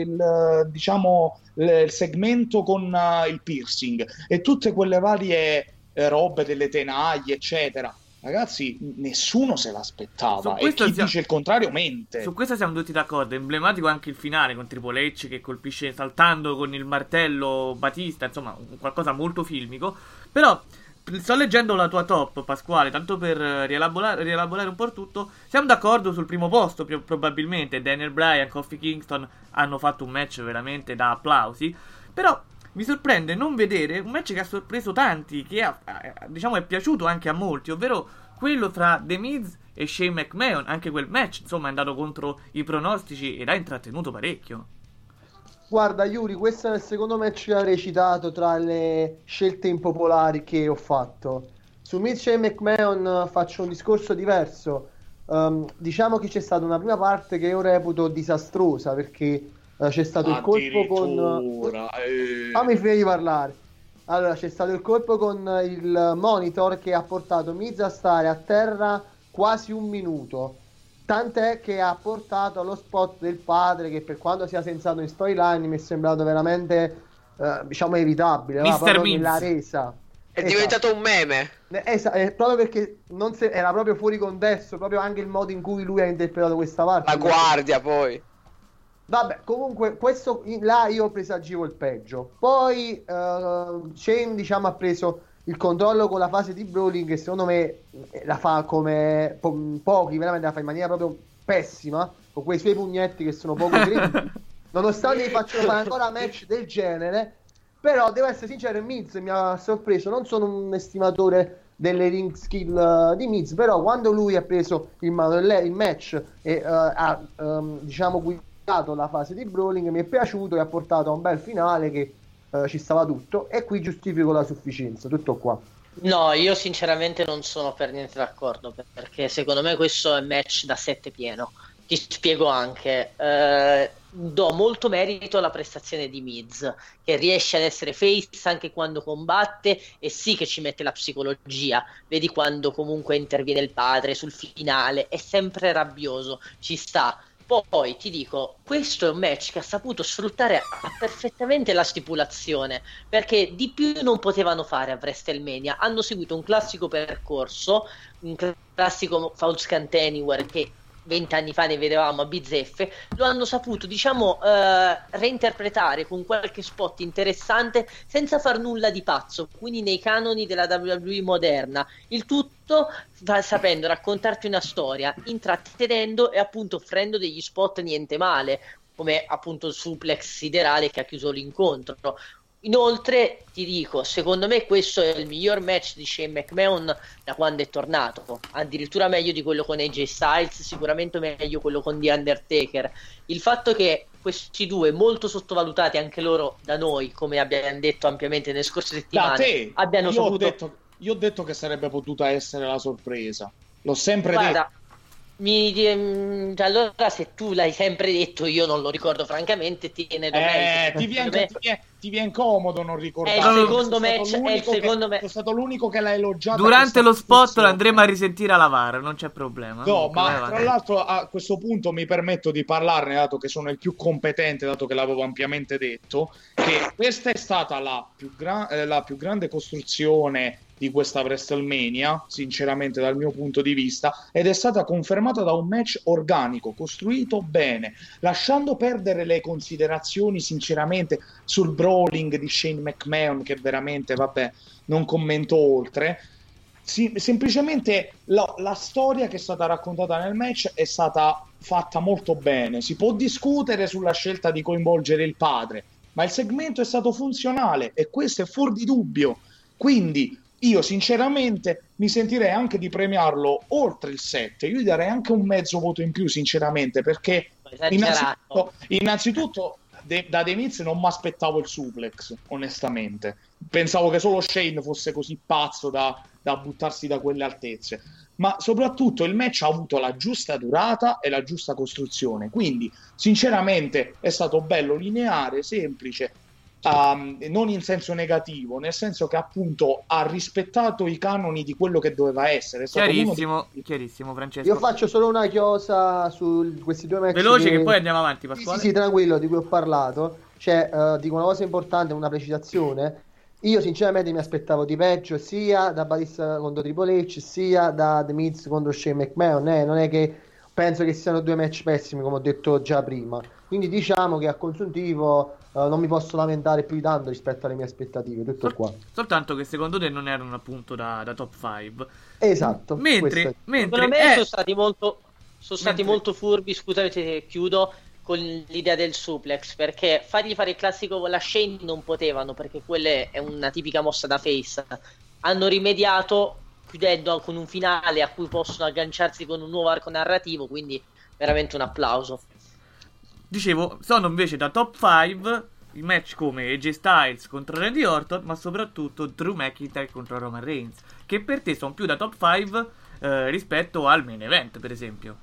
il, diciamo il segmento con uh, il piercing e tutte quelle varie eh, robe delle tenaglie, eccetera. Ragazzi, nessuno se l'aspettava e chi siamo... dice il contrario mente. Su questo siamo tutti d'accordo. È emblematico anche il finale con Triple H che colpisce saltando con il martello Batista, insomma qualcosa molto filmico. Però sto leggendo la tua top, Pasquale, tanto per rielaborare, rielaborare un po' il tutto. Siamo d'accordo sul primo posto, probabilmente Daniel Bryan, Kofi Kingston hanno fatto un match veramente da applausi. Però mi sorprende non vedere un match che ha sorpreso tanti, che ha, diciamo è piaciuto anche a molti, ovvero quello tra The Miz e Shane McMahon. Anche quel match, insomma, è andato contro i pronostici ed ha intrattenuto parecchio. Guarda Yuri, questo è il secondo match che avrei citato tra le scelte impopolari che ho fatto. Su Miz e McMahon faccio un discorso diverso. Um, diciamo che c'è stata una prima parte che io reputo disastrosa, perché uh, c'è stato il colpo con... eh. Fammi finire di parlare. Allora, c'è stato il colpo con il monitor che ha portato Miz a stare a terra quasi un minuto. Tant'è che ha portato allo spot del padre, che per quanto sia sensato in storyline mi è sembrato veramente, eh, diciamo, evitabile. Va, proprio nella resa. È Esatto. diventato un meme. Esatto, è proprio perché non se... era proprio fuori contesto, proprio anche il modo in cui lui ha interpretato questa parte. La guardia poi. Vabbè, comunque questo là io presagivo il peggio. Poi uh, Shane, diciamo, ha preso il controllo con la fase di brawling, che secondo me la fa come po- pochi, veramente la fa in maniera proprio pessima, con quei suoi pugnetti che sono poco credibili. Nonostante gli facciano fare ancora match del genere, però devo essere sincero, Miz mi ha sorpreso. Non sono un estimatore delle ring skill uh, di Miz, però quando lui ha preso in mano il, il match e uh, ha um, diciamo guidato la fase di brawling, mi è piaciuto e ha portato a un bel finale che uh, ci stava tutto, e qui giustifico la sufficienza, tutto qua. No, io sinceramente non sono per niente d'accordo, perché secondo me questo è match da sette pieno. Ti spiego anche, eh, do molto merito alla prestazione di Miz, che riesce ad essere face anche quando combatte, e sì che ci mette la psicologia. Vedi quando comunque interviene il padre sul finale, è sempre rabbioso, ci sta. Poi ti dico, questo è un match che ha saputo sfruttare perfettamente la stipulazione, perché di più non potevano fare a WrestleMania. Hanno seguito un classico percorso, un classico Falls Count Anywhere che vent'anni fa ne vedevamo a bizzeffe. Lo hanno saputo, diciamo, eh, reinterpretare con qualche spot interessante senza far nulla di pazzo, quindi nei canoni della W W E moderna. Il tutto va sapendo raccontarti una storia, intrattenendo e appunto offrendo degli spot niente male, come appunto il suplex siderale che ha chiuso l'incontro. Inoltre ti dico, secondo me questo è il miglior match di Shane McMahon da quando è tornato, addirittura meglio di quello con A J Styles, sicuramente meglio quello con The Undertaker. Il fatto che questi due, molto sottovalutati anche loro da noi, come abbiamo detto ampiamente nelle scorse settimane, da te, abbiano io saputo... ho detto, io ho detto che sarebbe potuta essere la sorpresa, l'ho sempre Guarda, detto. Mi, ehm, allora se tu l'hai sempre detto, io non lo ricordo francamente, tiene eh, ti viene, me... ti, viene, ti viene comodo non ricordare. È il secondo match, è il secondo che, me... sono stato l'unico che l'ha elogiato. Durante lo spot lo andremo a risentire alla V A R, non c'è problema. No, Comunque, ma tra l'altro a questo punto mi permetto di parlarne, dato che sono il più competente, dato che l'avevo ampiamente detto, che questa è stata la più, gra- eh, la più grande costruzione di questa WrestleMania, sinceramente dal mio punto di vista, ed è stata confermata da un match organico, costruito bene, lasciando perdere le considerazioni sinceramente sul brawling di Shane McMahon, che veramente, vabbè, non commento oltre. Si, semplicemente la, la storia che è stata raccontata nel match è stata fatta molto bene. Si può discutere sulla scelta di coinvolgere il padre, ma il segmento è stato funzionale e questo è fuor di dubbio. Quindi io sinceramente mi sentirei anche di premiarlo oltre il sette. Io gli darei anche un mezzo voto in più, sinceramente, perché innanzitutto, innanzitutto de, da The Miz non mi aspettavo il suplex, onestamente. Pensavo che solo Shane fosse così pazzo da, da buttarsi da quelle altezze. Ma soprattutto il match ha avuto la giusta durata e la giusta costruzione. Quindi sinceramente è stato bello, lineare, semplice. Um, non in senso negativo, nel senso che appunto ha rispettato i canoni di quello che doveva essere. È stato chiarissimo, uno di... chiarissimo, Francesco. Io faccio solo una chiosa su questi due match veloce che... che poi andiamo avanti, Pasquale. Sì, sì, tranquillo, di cui ho parlato. Cioè, uh, dico una cosa importante, una precisazione. Io sinceramente mi aspettavo di peggio sia da Batista contro Triple H sia da The Miz contro Shane McMahon, eh? Non è che penso che siano due match pessimi, come ho detto già prima. Quindi diciamo che a consuntivo uh, non mi posso lamentare più di tanto rispetto alle mie aspettative, tutto Sol- qua. Soltanto che secondo te non erano appunto da, da top cinque. Esatto. Mentre, mentre secondo me è... sono stati molto sono stati mentre... molto furbi, scusate se chiudo, con l'idea del suplex, perché fargli fare il classico con la Shane non potevano, perché quella è una tipica mossa da face. Hanno rimediato chiudendo con un finale a cui possono agganciarsi con un nuovo arco narrativo, quindi veramente un applauso. Dicevo, sono invece da top cinque i match come A J Styles contro Randy Orton, ma soprattutto Drew McIntyre contro Roman Reigns, che per te sono più da top cinque eh, rispetto al main event, per esempio.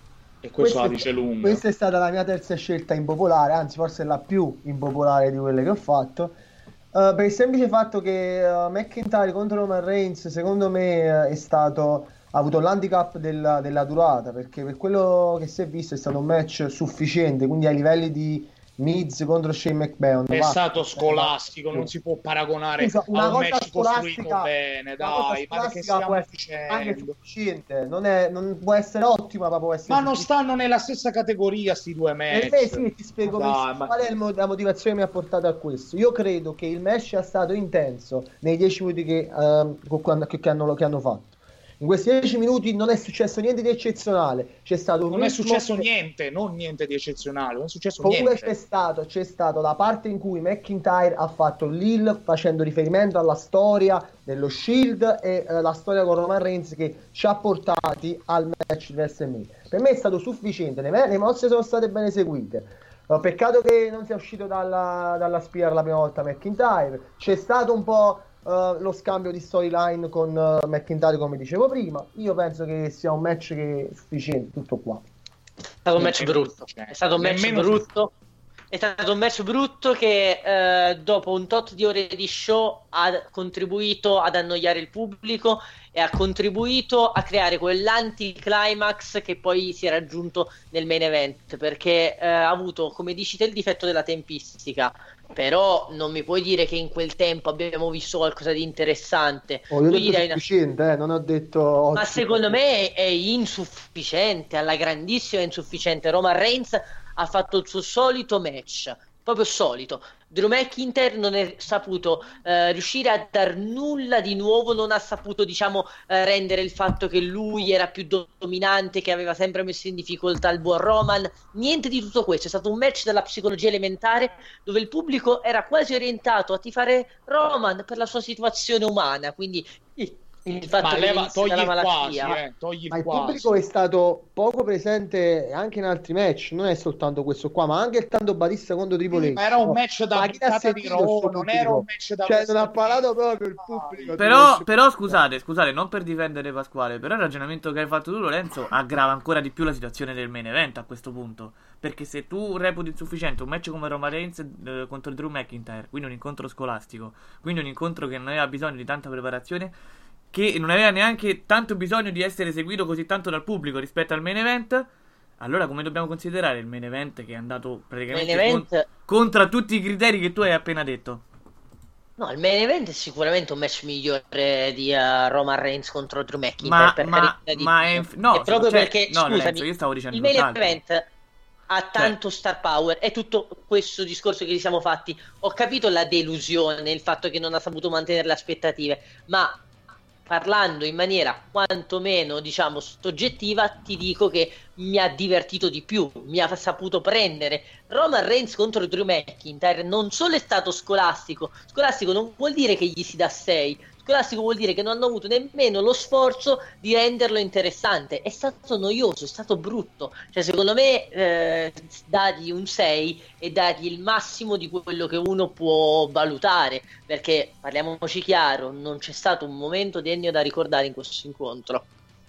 E questo la Questa- dice lunga. Questa è stata la mia terza scelta impopolare, anzi forse la più impopolare di quelle che ho fatto. Uh, per il semplice fatto che uh, McIntyre contro Roman Reigns secondo me uh, è stato ha avuto l'handicap della, della durata, perché per quello che si è visto è stato un match sufficiente, quindi ai livelli di Miz contro Shane McMahon è va, stato scolastico, non si può paragonare Scusa, una a un cosa match costruito scolastica bene, una cosa dai, ma che scolastica può stiamo essere anche dicendo? sufficiente, non, è, non può essere ottima, ma può essere Ma non stanno nella stessa categoria sti due match. Eh, sì, ti spiego Dai, ma... qual è il mo- la motivazione che mi ha portato a questo. Io credo che il match sia stato intenso nei dieci minuti che, uh, che, che, hanno, che hanno fatto. In questi dieci minuti non è successo niente di eccezionale. C'è stato un non è successo che... niente, non niente di eccezionale. Non è successo Comunque niente. C'è stato, c'è stato la parte in cui McIntyre ha fatto l'Hill facendo riferimento alla storia dello Shield e eh, la storia con Roman Reigns che ci ha portati al match di WrestleMania. Per me è stato sufficiente. Le, me- le mosse sono state ben eseguite. Uh, peccato che non sia uscito dalla, dalla Spear la prima volta McIntyre. C'è stato un po' Uh, lo scambio di storyline con uh, McIntyre, come dicevo prima. Io penso che sia un match che è sufficiente, tutto qua. È stato un match brutto. È stato un match brutto. È stato un match brutto che eh, dopo un tot di ore di show ha contribuito ad annoiare il pubblico e ha contribuito a creare quell'anticlimax che poi si è raggiunto nel main event, perché eh, ha avuto, come dici te, il difetto della tempistica. Però non mi puoi dire che in quel tempo abbiamo visto qualcosa di interessante. Oh, io ho detto una... sufficiente, eh, non ho detto... Ma secondo me è insufficiente, alla grandissima insufficiente. Roman Reigns ha fatto il suo solito match, proprio solito. Drew McIntyre non è saputo eh, riuscire a dar nulla di nuovo, non ha saputo, diciamo, eh, rendere il fatto che lui era più dominante, che aveva sempre messo in difficoltà il buon Roman. Niente di tutto questo. È stato un match della psicologia elementare, dove il pubblico era quasi orientato a tifare Roman per la sua situazione umana, quindi il fatto ma che leva, togli la il malattia, quasi, eh, togli il ma il quasi. pubblico è stato poco presente anche in altri match, non è soltanto questo qua, ma anche il tanto Batista contro Triple H. Ma era un match da ma chi ha puntata di Raw, non era un match da cioè non ha parlato proprio il pubblico. Però, però scusate, scusate, non per difendere Pasquale, però il ragionamento che hai fatto tu, Lorenzo, aggrava ancora di più la situazione del main event a questo punto. Perché se tu reputi insufficiente un match come Roman Reigns eh, contro Drew McIntyre, quindi un incontro scolastico, quindi un incontro che non aveva bisogno di tanta preparazione, che non aveva neanche tanto bisogno di essere seguito così tanto dal pubblico rispetto al main event, allora come dobbiamo considerare il main event che è andato praticamente event... con... contro tutti i criteri che tu hai appena detto? No, il main event è sicuramente un match migliore di uh, Roman Reigns contro Drew McIntyre, ma, per ma, di ma è, no, è proprio cioè, perché no, scusami, Lorenzo, io stavo dicendo il main tutt'altro. event ha tanto cioè. star power, è tutto questo discorso che ci siamo fatti. Ho capito la delusione, il fatto che non ha saputo mantenere le aspettative, ma parlando in maniera quantomeno, diciamo, soggettiva, ti dico che mi ha divertito di più, mi ha saputo prendere. Roman Reigns contro Drew McIntyre non solo è stato scolastico, scolastico non vuol dire che gli si dà sei, scolastico vuol dire che non hanno avuto nemmeno lo sforzo di renderlo interessante. È stato noioso, è stato brutto. Cioè, secondo me, eh, dargli un sei e dargli il massimo di quello che uno può valutare, perché, parliamoci chiaro, non c'è stato un momento degno da ricordare in questo incontro.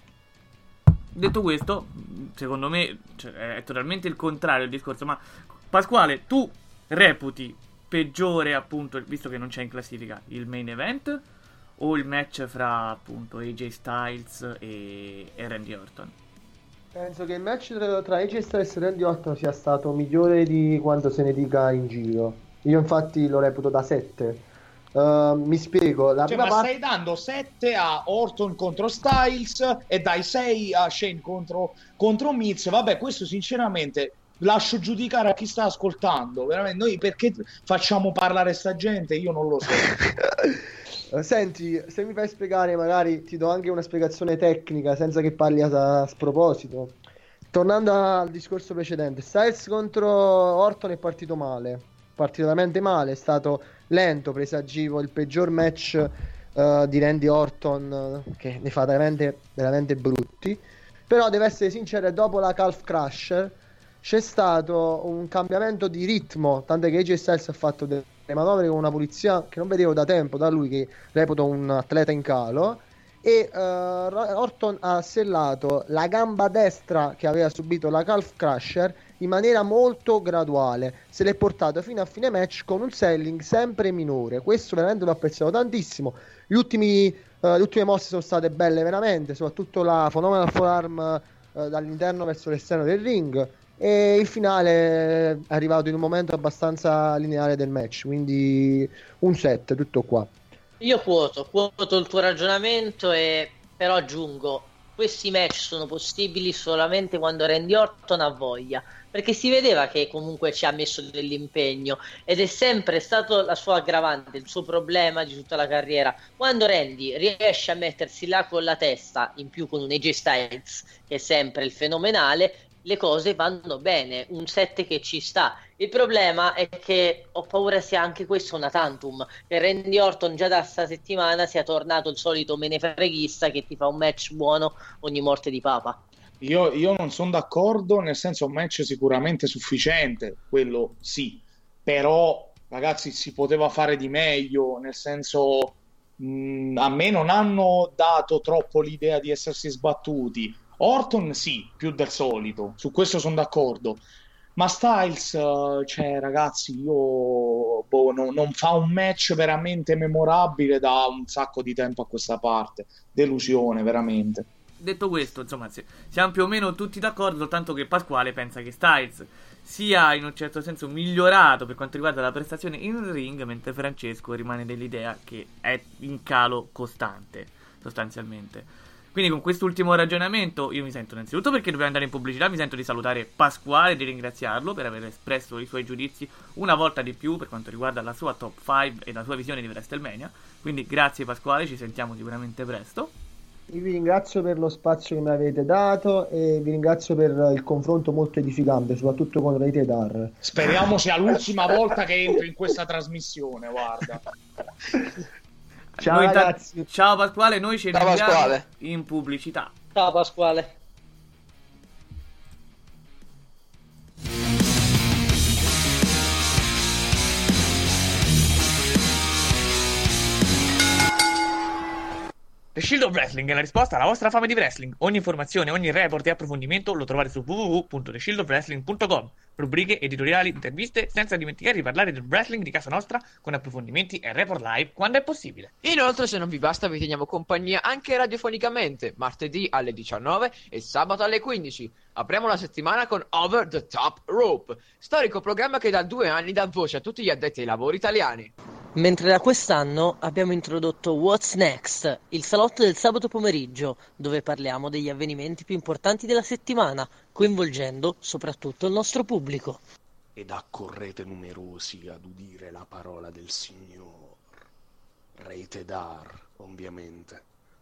Detto questo, secondo me, cioè, è totalmente il contrario il discorso. Ma Pasquale, tu reputi peggiore, appunto, visto che non c'è in classifica, il main event o il match fra, appunto, A J Styles e, e Randy Orton? Penso che il match tra, tra A J Styles e Randy Orton sia stato migliore di quanto se ne dica in giro. Io infatti lo reputo da sette. Uh, mi spiego, la cioè, prima ma parte... stai dando sette a Orton contro Styles e dai sei a Shane contro, contro Miz. Vabbè, questo sinceramente lascio giudicare a chi sta ascoltando. Veramente, noi perché facciamo parlare sta gente? Io non lo so. Senti, se mi fai spiegare, magari ti do anche una spiegazione tecnica senza che parli a, a sproposito. Tornando al discorso precedente, Styles contro Orton è partito male, partito veramente male, è stato lento, presagivo, il peggior match uh, di Randy Orton, uh, che ne fa veramente, veramente brutti. Però devo essere sincero, dopo la Calf Crusher c'è stato un cambiamento di ritmo, tant'è che A J Styles ha fatto delle manovre con una pulizia che non vedevo da tempo da lui, che reputo un atleta in calo, e uh, Orton ha sellato la gamba destra che aveva subito la calf crusher in maniera molto graduale, se l'è portato fino a fine match con un selling sempre minore. Questo veramente l'ho apprezzato tantissimo. Gli ultimi, uh, le ultime mosse sono state belle veramente, soprattutto la phenomenal forearm uh, dall'interno verso l'esterno del ring, e il finale è arrivato in un momento abbastanza lineare del match, quindi un set, tutto qua. Io quoto, quoto il tuo ragionamento, e però aggiungo, questi match sono possibili solamente quando Randy Orton ha voglia, perché si vedeva che comunque ci ha messo dell'impegno ed è sempre stato la sua aggravante, il suo problema di tutta la carriera. Quando Randy riesce a mettersi là con la testa, in più con un A J Styles che è sempre il fenomenale, le cose vanno bene, un set che ci sta. Il problema è che ho paura sia anche questo una tantum, che Randy Orton già da sta settimana sia tornato il solito menefreghista che ti fa un match buono ogni morte di papa. Io, io non sono d'accordo, nel senso un match sicuramente sufficiente, quello sì, però ragazzi si poteva fare di meglio, nel senso mh, a me non hanno dato troppo l'idea di essersi sbattuti. Orton sì, più del solito, su questo sono d'accordo, ma Styles, cioè ragazzi, io boh, no, non fa un match veramente memorabile da un sacco di tempo a questa parte, delusione veramente. Detto questo, insomma, siamo più o meno tutti d'accordo, soltanto che Pasquale pensa che Styles sia in un certo senso migliorato per quanto riguarda la prestazione in ring, mentre Francesco rimane dell'idea che è in calo costante, sostanzialmente. Quindi con quest'ultimo ragionamento io mi sento, innanzitutto perché dobbiamo andare in pubblicità, mi sento di salutare Pasquale e di ringraziarlo per aver espresso i suoi giudizi una volta di più per quanto riguarda la sua top cinque e la sua visione di WrestleMania. Quindi grazie Pasquale, ci sentiamo sicuramente presto. Io vi ringrazio per lo spazio che mi avete dato e vi ringrazio per il confronto molto edificante, soprattutto con Rete e Dar. Speriamo sia l'ultima volta che entri in questa trasmissione, guarda. Ciao ragazzi. Ta- ciao Pasquale, noi ci vediamo in pubblicità. Ciao Pasquale. The Shield of Wrestling è la risposta alla vostra fame di wrestling. Ogni informazione, ogni report e approfondimento lo trovate su w w w punto the shield of wrestling punto com. Rubriche, editoriali, interviste, senza dimenticare di parlare del wrestling di casa nostra con approfondimenti e report live quando è possibile. Inoltre, se non vi basta, vi teniamo compagnia anche radiofonicamente, martedì alle diciannove e sabato alle quindici. Apriamo la settimana con Over the Top Rope, storico programma che da due anni dà voce a tutti gli addetti ai lavori italiani. Mentre da quest'anno abbiamo introdotto What's Next, il salotto del sabato pomeriggio, dove parliamo degli avvenimenti più importanti della settimana, coinvolgendo soprattutto il nostro pubblico. Ed accorrete numerosi ad udire la parola del Signor. Rete Dar, ovviamente.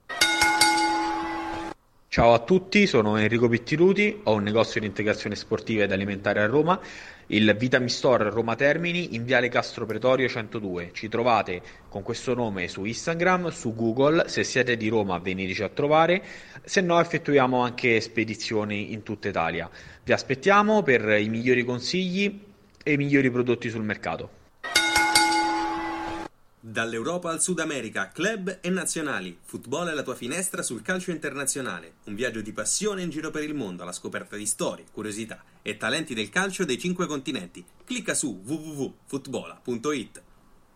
Ciao a tutti, sono Enrico Pittiruti, ho un negozio di integrazione sportiva ed alimentare a Roma, il Vitami Store Roma Termini in Viale Castro Pretorio centodue. Ci trovate con questo nome su Instagram, su Google, se siete di Roma veniteci a trovare, se no effettuiamo anche spedizioni in tutta Italia. Vi aspettiamo per i migliori consigli e i migliori prodotti sul mercato. Dall'Europa al Sud America, club e nazionali, football è la tua finestra sul calcio internazionale. Un viaggio di passione in giro per il mondo alla scoperta di storie, curiosità e talenti del calcio dei cinque continenti. Clicca su w w w punto footballa punto i t.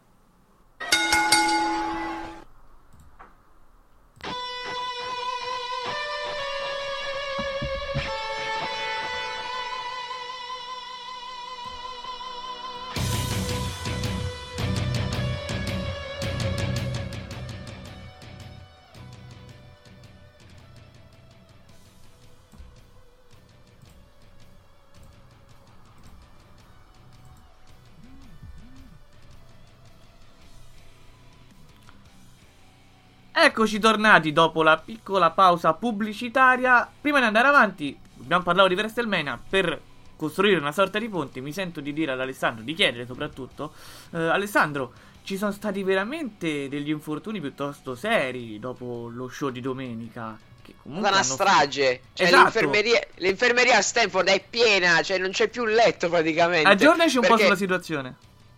Eccoci tornati dopo la piccola pausa pubblicitaria. Prima di andare avanti, abbiamo parlato di WrestleMania. Per costruire una sorta di ponte, mi sento di dire ad Alessandro, di chiedere soprattutto, eh, Alessandro, ci sono stati veramente degli infortuni piuttosto seri dopo lo show di domenica? Che comunque una hanno... strage, cioè esatto. l'infermeria, l'infermeria a Stanford è piena, cioè non c'è più un letto praticamente. Aggiornaci un perché... po' sulla situazione.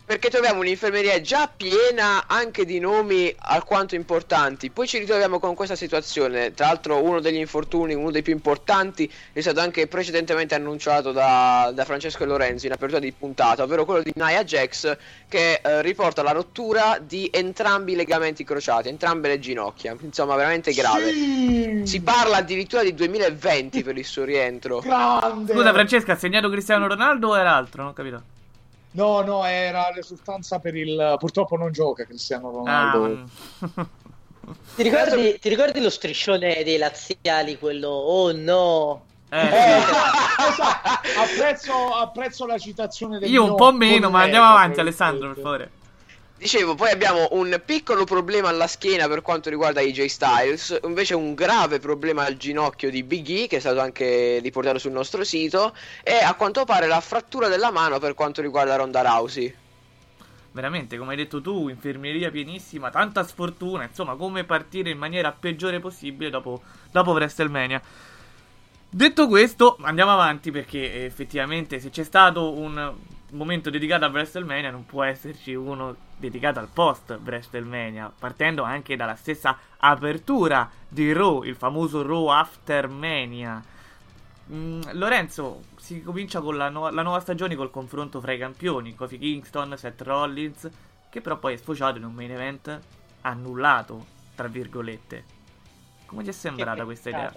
perché troviamo un'infermeria già piena anche di nomi alquanto importanti, poi ci ritroviamo con questa situazione. Tra l'altro uno degli infortuni, uno dei più importanti, è stato anche precedentemente annunciato da, da Francesco e Lorenzo in apertura di puntata, ovvero quello di Nia Jax, che eh, riporta la rottura di entrambi i legamenti crociati, entrambe le ginocchia, insomma veramente grave. Sì. Si parla addirittura di duemilaventi per il suo rientro. Grande. Scusa Francesca, ha segnato Cristiano Ronaldo o era altro? Non ho capito. No, no, era l'esultanza per il... Purtroppo non gioca Cristiano Ronaldo. Ah, ti, ricordi, ti ricordi lo striscione dei laziali, quello oh no? Eh, eh, esatto. apprezzo, apprezzo la citazione del io un po' meno, ma andiamo avanti Alessandro, per favore. Dicevo, poi abbiamo un piccolo problema alla schiena per quanto riguarda A J Styles, invece un grave problema al ginocchio di Big E, che è stato anche riportato sul nostro sito, e a quanto pare la frattura della mano per quanto riguarda Ronda Rousey. Veramente, come hai detto tu, infermieria pienissima, tanta sfortuna, insomma, come partire in maniera peggiore possibile dopo, dopo WrestleMania. Detto questo, andiamo avanti, perché effettivamente se c'è stato un momento dedicato a WrestleMania non può esserci uno dedicato al post WrestleMania, partendo anche dalla stessa apertura di Raw, il famoso Raw After Mania. mm, Lorenzo, si comincia con la, nu- la nuova stagione col confronto fra i campioni Kofi Kingston, Seth Rollins, che però poi è sfociato in un main event annullato, tra virgolette. Come ti è sembrata questa idea?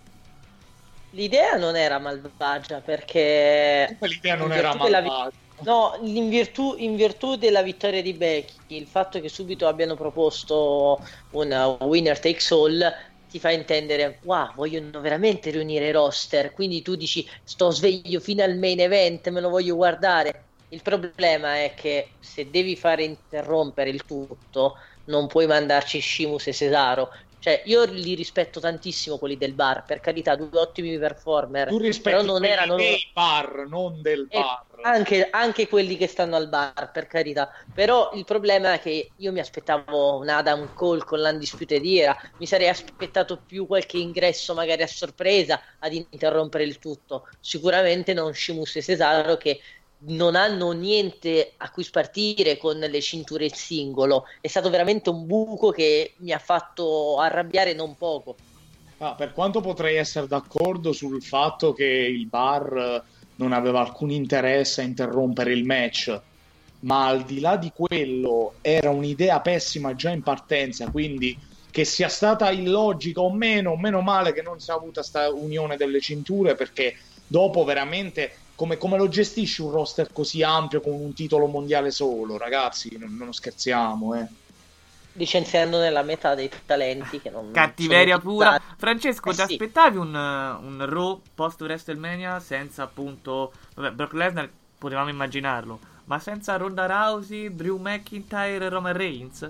L'idea non era malvagia, perché l'idea non era malvagia. No, in virtù, in virtù della vittoria di Becky, il fatto che subito abbiano proposto un winner takes all ti fa intendere, wow, vogliono veramente riunire i roster, quindi tu dici, sto sveglio fino al main event, me lo voglio guardare. Il problema è che se devi fare interrompere il tutto, non puoi mandarci Sheamus e Cesaro. Cioè, io li rispetto tantissimo quelli del bar, per carità, due ottimi performer. Tu rispetti però non quelli erano dei bar, non del e bar. Anche, anche quelli che stanno al bar, per carità. Però il problema è che io mi aspettavo un Adam Cole con l'Undisputed Era, mi sarei aspettato più qualche ingresso magari a sorpresa ad interrompere il tutto. Sicuramente non Sheamus e Cesaro, che non hanno niente a cui spartire con le cinture singolo. È stato veramente un buco che mi ha fatto arrabbiare non poco. Ah, per quanto potrei essere d'accordo sul fatto che il bar non aveva alcun interesse a interrompere il match, ma al di là di quello era un'idea pessima già in partenza, quindi che sia stata illogica o meno, meno male che non si è avuta sta unione delle cinture, perché dopo veramente come, come lo gestisci un roster così ampio con un titolo mondiale solo, ragazzi, non, non scherziamo, eh. Licenziando nella metà dei talenti che non cattiveria sono pura. utilizzati. Francesco, Eh ti sì. aspettavi un, un Raw post WrestleMania senza appunto, vabbè, Brock Lesnar potevamo immaginarlo, ma senza Ronda Rousey, Drew McIntyre e Roman Reigns?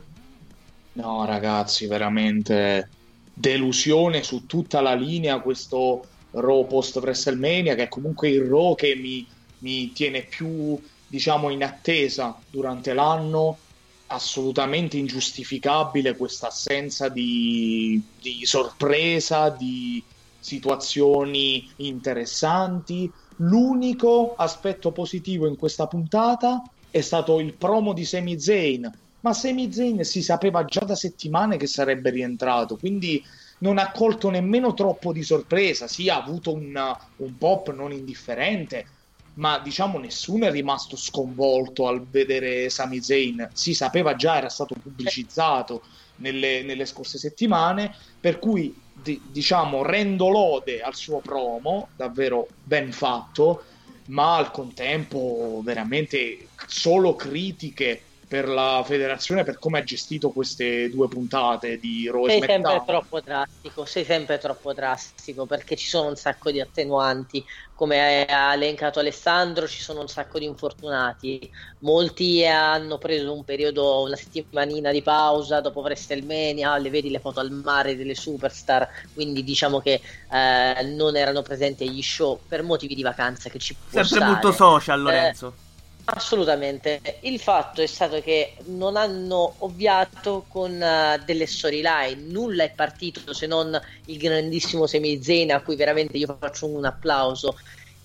No, ragazzi, veramente delusione su tutta la linea questo Raw post WrestleMania, che è comunque il Raw che mi, mi tiene più, diciamo, in attesa durante l'anno. Assolutamente ingiustificabile questa assenza di, di sorpresa, di situazioni interessanti. L'unico aspetto positivo in questa puntata è stato il promo di Sami Zayn, ma Sami Zayn si sapeva già da settimane che sarebbe rientrato, quindi non ha colto nemmeno troppo di sorpresa. Sì, ha avuto un, un pop non indifferente, ma diciamo nessuno è rimasto sconvolto al vedere Sami Zayn. Si sapeva già, era stato pubblicizzato nelle, nelle scorse settimane, per cui di, diciamo rendo lode al suo promo, davvero ben fatto, ma al contempo veramente solo critiche per la federazione per come ha gestito queste due puntate di Raw e Sei SmackDown. sempre troppo drastico, sei sempre troppo drastico, perché ci sono un sacco di attenuanti, come ha elencato Alessandro, ci sono un sacco di infortunati, molti hanno preso un periodo, una settimanina di pausa dopo WrestleMania, le vedi le foto al mare delle superstar, quindi diciamo che eh, non erano presenti agli show per motivi di vacanza, che ci può Sempre stare. molto social, Lorenzo. Eh, Assolutamente. Il fatto è stato che non hanno ovviato con uh, delle storyline, nulla è partito se non il grandissimo Sami Zayn, a cui veramente io faccio un applauso.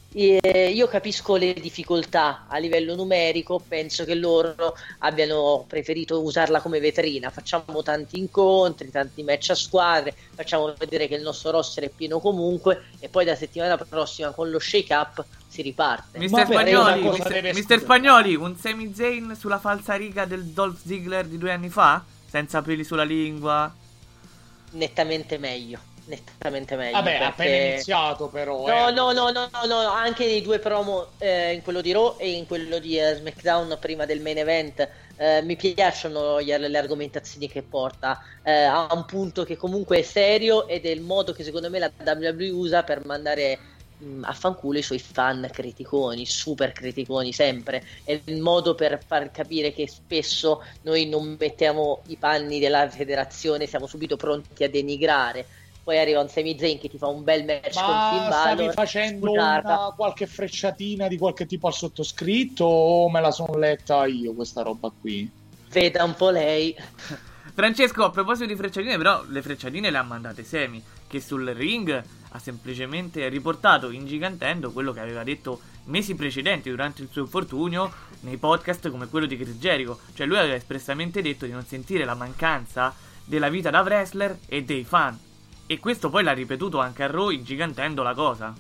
Eh, io capisco le difficoltà a livello numerico, penso che loro abbiano preferito usarla come vetrina. Facciamo tanti incontri, tanti match a squadre, facciamo vedere che il nostro roster è pieno comunque, e poi da settimana prossima con lo shake up si riparte. Mister Spagnoli, mister, mister Spagnoli, un Sami Zayn sulla falsariga del Dolph Ziggler di due anni fa? Senza peli sulla lingua? Nettamente meglio. Nettamente meglio. Vabbè, perché... appena iniziato però. No, eh. no, no, no, no, no, anche nei due promo, eh, in quello di Raw e in quello di eh, SmackDown prima del main event, eh, mi piacciono gli, le argomentazioni che porta. Eh, ha un punto che comunque è serio ed è il modo che secondo me la W W E usa per mandare mh, a fanculo i suoi fan criticoni, super criticoni sempre. È il modo per far capire che spesso noi non mettiamo i panni della federazione, siamo subito pronti a denigrare. Poi arriva un Sami Zayn che ti fa un bel match Ma con Finn Balor. stavi facendo una, qualche frecciatina di qualche tipo al sottoscritto o me la sono letta io questa roba qui? Veda un po' lei. Francesco, a proposito di frecciatine, però le frecciatine le ha mandate Sami, che sul ring ha semplicemente riportato ingigantendo quello che aveva detto mesi precedenti durante il suo infortunio nei podcast come quello di Chris Jericho. Cioè lui aveva espressamente detto di non sentire la mancanza della vita da wrestler e dei fan. E questo poi l'ha ripetuto anche a Raw, ingigantendo la cosa.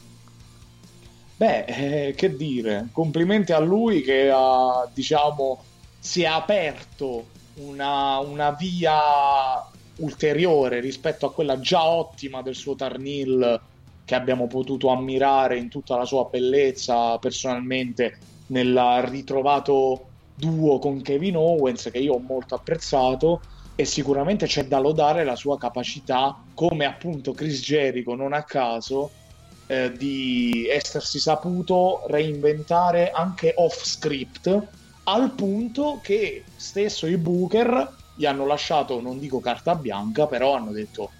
Beh, eh, che dire, complimenti a lui che ha, diciamo, si è aperto una, una via ulteriore rispetto a quella già ottima del suo Tarnil che abbiamo potuto ammirare in tutta la sua bellezza personalmente nel ritrovato duo con Kevin Owens, che io ho molto apprezzato. E sicuramente c'è da lodare la sua capacità, come appunto Chris Jericho, non a caso, eh, di essersi saputo reinventare anche off script, al punto che stesso i Booker gli hanno lasciato, non dico carta bianca, però hanno detto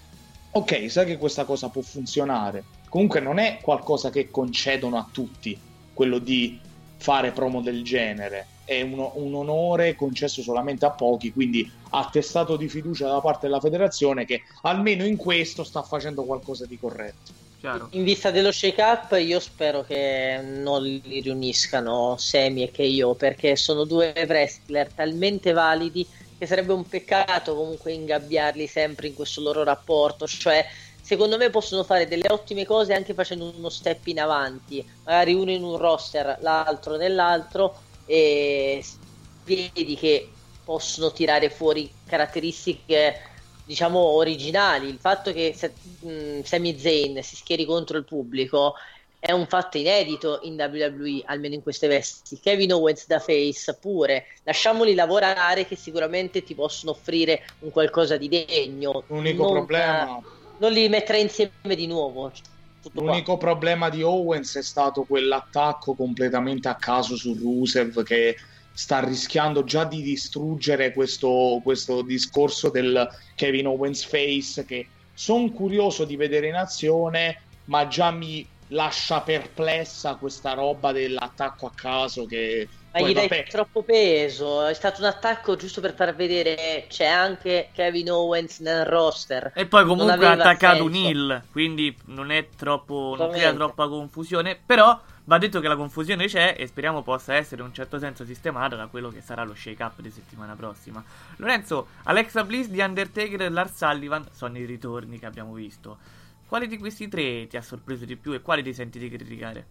ok, sai che questa cosa può funzionare. Comunque non è qualcosa che concedono a tutti, quello di fare promo del genere. È uno, un onore concesso solamente a pochi, quindi attestato di fiducia da parte della federazione che almeno in questo sta facendo qualcosa di corretto. Chiaro. In vista dello shake up io spero che non li riuniscano Sami e K O, perché sono due wrestler talmente validi che sarebbe un peccato comunque ingabbiarli sempre in questo loro rapporto. Cioè secondo me possono fare delle ottime cose anche facendo uno step in avanti, magari uno in un roster, l'altro nell'altro, e vedi che possono tirare fuori caratteristiche diciamo originali. Il fatto che mh, Sami Zayn si schieri contro il pubblico è un fatto inedito in W W E, almeno in queste vesti. Kevin Owens da face pure, lasciamoli lavorare che sicuramente ti possono offrire un qualcosa di degno. L'unico non, problema non li metterei insieme di nuovo. Tutto L'unico qua. problema di Owens è stato quell'attacco completamente a caso su Rusev che sta rischiando già di distruggere questo, questo discorso del Kevin Owens face, che sono curioso di vedere in azione, ma già mi lascia perplessa questa roba dell'attacco a caso che... Ma poi, gli dai vabbè, troppo peso, è stato un attacco giusto per far vedere c'è anche Kevin Owens nel roster. E poi comunque ha attaccato senso. un heel, quindi non è troppo, non crea Ovviamente. troppa confusione, però va detto che la confusione c'è e speriamo possa essere in un certo senso sistemata da quello che sarà lo shake up di settimana prossima. Lorenzo, Alexa Bliss, The Undertaker e Lars Sullivan sono i ritorni che abbiamo visto. Quale di questi tre ti ha sorpreso di più e quale ti senti di criticare?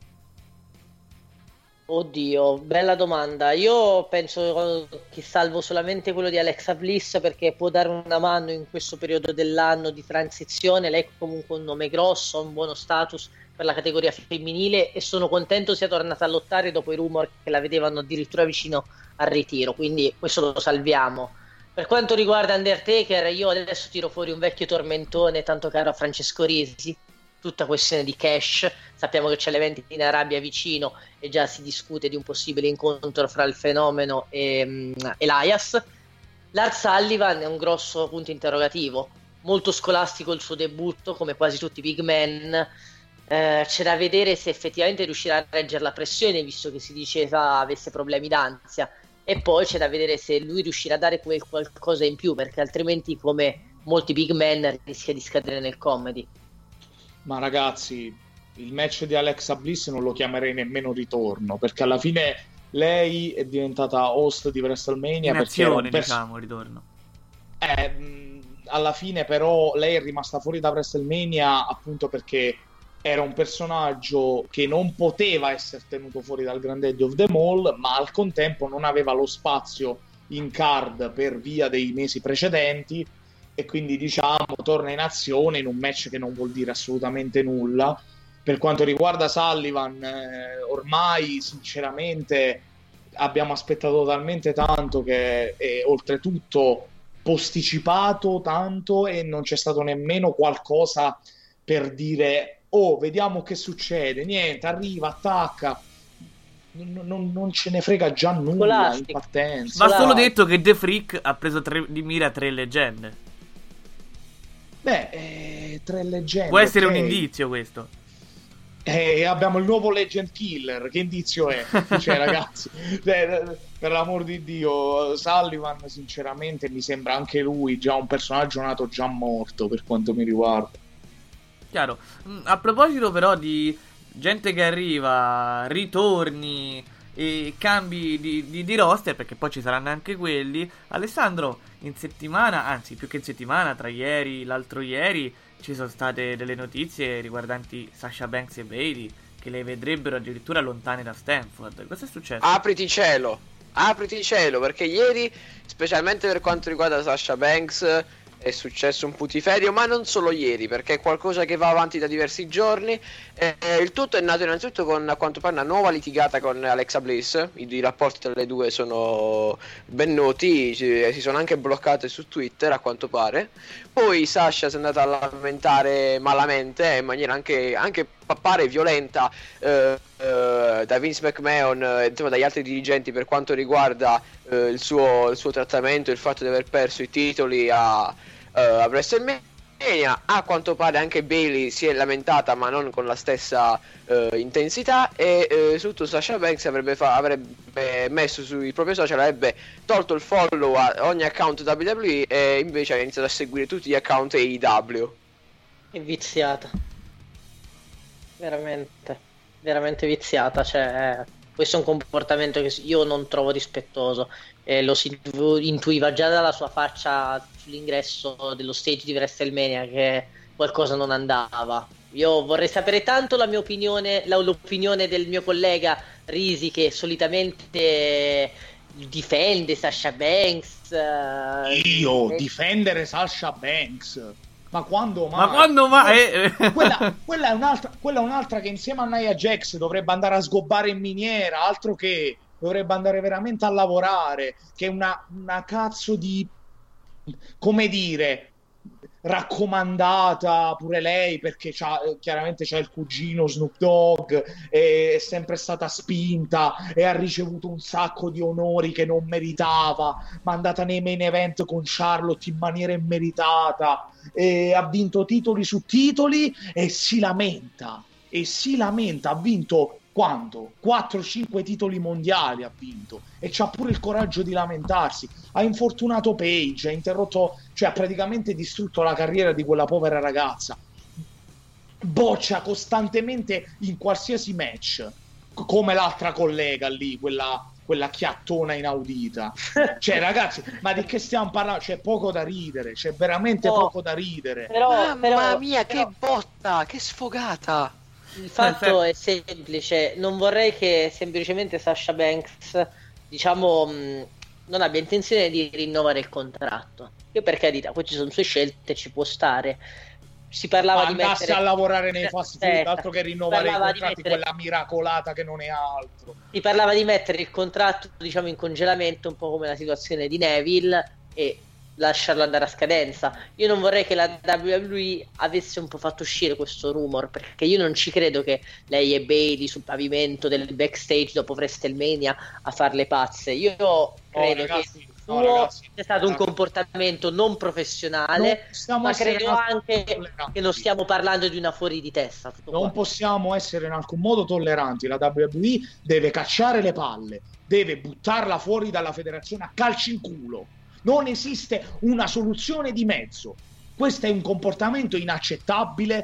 Oddio, bella domanda. Io penso che salvo solamente quello di Alexa Bliss, perché può dare una mano in questo periodo dell'anno di transizione. Lei è comunque un nome grosso, ha un buono status per la categoria femminile e sono contento sia tornata a lottare dopo i rumor che la vedevano addirittura vicino al ritiro, quindi questo lo salviamo. Per quanto riguarda Undertaker, io adesso tiro fuori un vecchio tormentone tanto caro a Francesco Risi, tutta questione di cash. Sappiamo che c'è l'evento in Arabia vicino e già si discute di un possibile incontro fra il fenomeno e um, Elias. Lars Sullivan è un grosso punto interrogativo, molto scolastico il suo debutto come quasi tutti i big man. Eh, c'è da vedere se effettivamente riuscirà a reggere la pressione, visto che si diceva avesse problemi d'ansia, e poi c'è da vedere se lui riuscirà a dare quel qualcosa in più, perché altrimenti come molti big man rischia di scadere nel comedy. ma ragazzi, il match di Alexa Bliss non lo chiamerei nemmeno ritorno, perché alla fine lei è diventata host di WrestleMania in perché era un azione, pers- diciamo, ritorno. Eh, mh, alla fine però lei è rimasta fuori da WrestleMania appunto perché era un personaggio che non poteva essere tenuto fuori dal Grand Daddy of them All, ma al contempo non aveva lo spazio in card per via dei mesi precedenti, e quindi diciamo torna in azione in un match che non vuol dire assolutamente nulla. Per quanto riguarda Sullivan, eh, ormai sinceramente abbiamo aspettato talmente tanto che è oltretutto posticipato tanto e non c'è stato nemmeno qualcosa per dire oh, vediamo che succede. Niente, arriva, attacca. Non, non, non ce ne frega già nulla in partenza. Va solo detto che The Freak ha preso tre, di mira tre leggende. Beh, eh, tre leggende. Può essere okay. un indizio questo. Eh, abbiamo il nuovo Legend Killer. Che indizio è? Cioè, ragazzi, per, per l'amor di Dio, Sullivan, sinceramente, mi sembra anche lui già un personaggio nato già morto per quanto mi riguarda. Chiaro. A proposito però di gente che arriva, ritorni e cambi di, di, di roster, perché poi ci saranno anche quelli, Alessandro, in settimana, anzi più che in settimana, tra ieri e l'altro ieri, ci sono state delle notizie riguardanti Sasha Banks e Bayley, che le vedrebbero addirittura lontane da Stanford. Cosa è successo? Apriti cielo, apriti cielo, perché ieri, specialmente per quanto riguarda Sasha Banks, è successo un putiferio, ma non solo ieri, perché è qualcosa che va avanti da diversi giorni. Eh, il tutto è nato innanzitutto con, a quanto pare, una nuova litigata con Alexa Bliss. I, i rapporti tra le due sono ben noti, ci, si sono anche bloccate su Twitter, a quanto pare. Poi Sasha si è andata a lamentare malamente, in maniera anche, anche pare violenta, eh, eh, da Vince McMahon e insomma dagli altri dirigenti, per quanto riguarda eh, il, suo, il suo trattamento, il fatto di aver perso i titoli a Uh, a WrestleMania. A quanto pare anche Bayley si è lamentata, ma non con la stessa uh, intensità, e uh, soprattutto Sasha Banks avrebbe, fa- avrebbe messo sui propri social, avrebbe tolto il follow a ogni account W W E e invece ha iniziato a seguire tutti gli account A E W. È viziata, veramente veramente viziata, cioè questo è un comportamento che io non trovo rispettoso, e lo si intuiva già dalla sua faccia sull'ingresso dello stage di WrestleMania che qualcosa non andava. Io vorrei sapere tanto la mia opinione, la, l'opinione del mio collega Risi, che solitamente difende Sasha Banks. Io eh, difendere Sasha Banks? Ma quando mai? Ma quando mai? Quella, quella, è un'altra, quella è un'altra che insieme a Nia Jax dovrebbe andare a sgobbare in miniera, altro che dovrebbe andare veramente a lavorare, che è una, una cazzo di, come dire, raccomandata pure lei, perché c'ha, chiaramente c'ha il cugino Snoop Dogg, è sempre stata spinta e ha ricevuto un sacco di onori che non meritava, ma è andata nei main event con Charlotte in maniera immeritata, e ha vinto titoli su titoli e si lamenta e si lamenta ha vinto quanto? quattro cinque titoli mondiali ha vinto, e c'ha pure il coraggio di lamentarsi. Ha infortunato Paige, ha interrotto, cioè ha praticamente distrutto la carriera di quella povera ragazza, boccia costantemente in qualsiasi match, come l'altra collega lì, quella, quella chiattona inaudita. Cioè ragazzi, ma di che stiamo parlando? C'è poco da ridere, c'è veramente no, poco da ridere. Però, Mamma però, mia, però... che botta, che sfogata. Il fatto è semplice, non vorrei che semplicemente Sasha Banks, diciamo, mh, non abbia intenzione di rinnovare il contratto. Io, per carità, poi ci sono sue scelte, ci può stare. Si parlava Ma di andasse mettere... a lavorare nei fast food, Aspetta, altro che rinnovare i contratti, mettere... quella miracolata che non è altro. Si parlava di mettere il contratto, diciamo, in congelamento, un po' come la situazione di Neville, e lasciarlo andare a scadenza. Io non vorrei che la W W E avesse un po' fatto uscire questo rumor, perché io non ci credo che lei e Bayley sul pavimento del backstage dopo WrestleMania a far le pazze. Io credo oh, ragazzi, che no, ragazzi, sia stato un comportamento non professionale, ma credo anche che non stiamo parlando di una fuori di testa. Non qua. Possiamo essere in alcun modo tolleranti. La W W E deve cacciare le palle, deve buttarla fuori dalla federazione a calci in culo. Non esiste una soluzione di mezzo. Questo è un comportamento inaccettabile.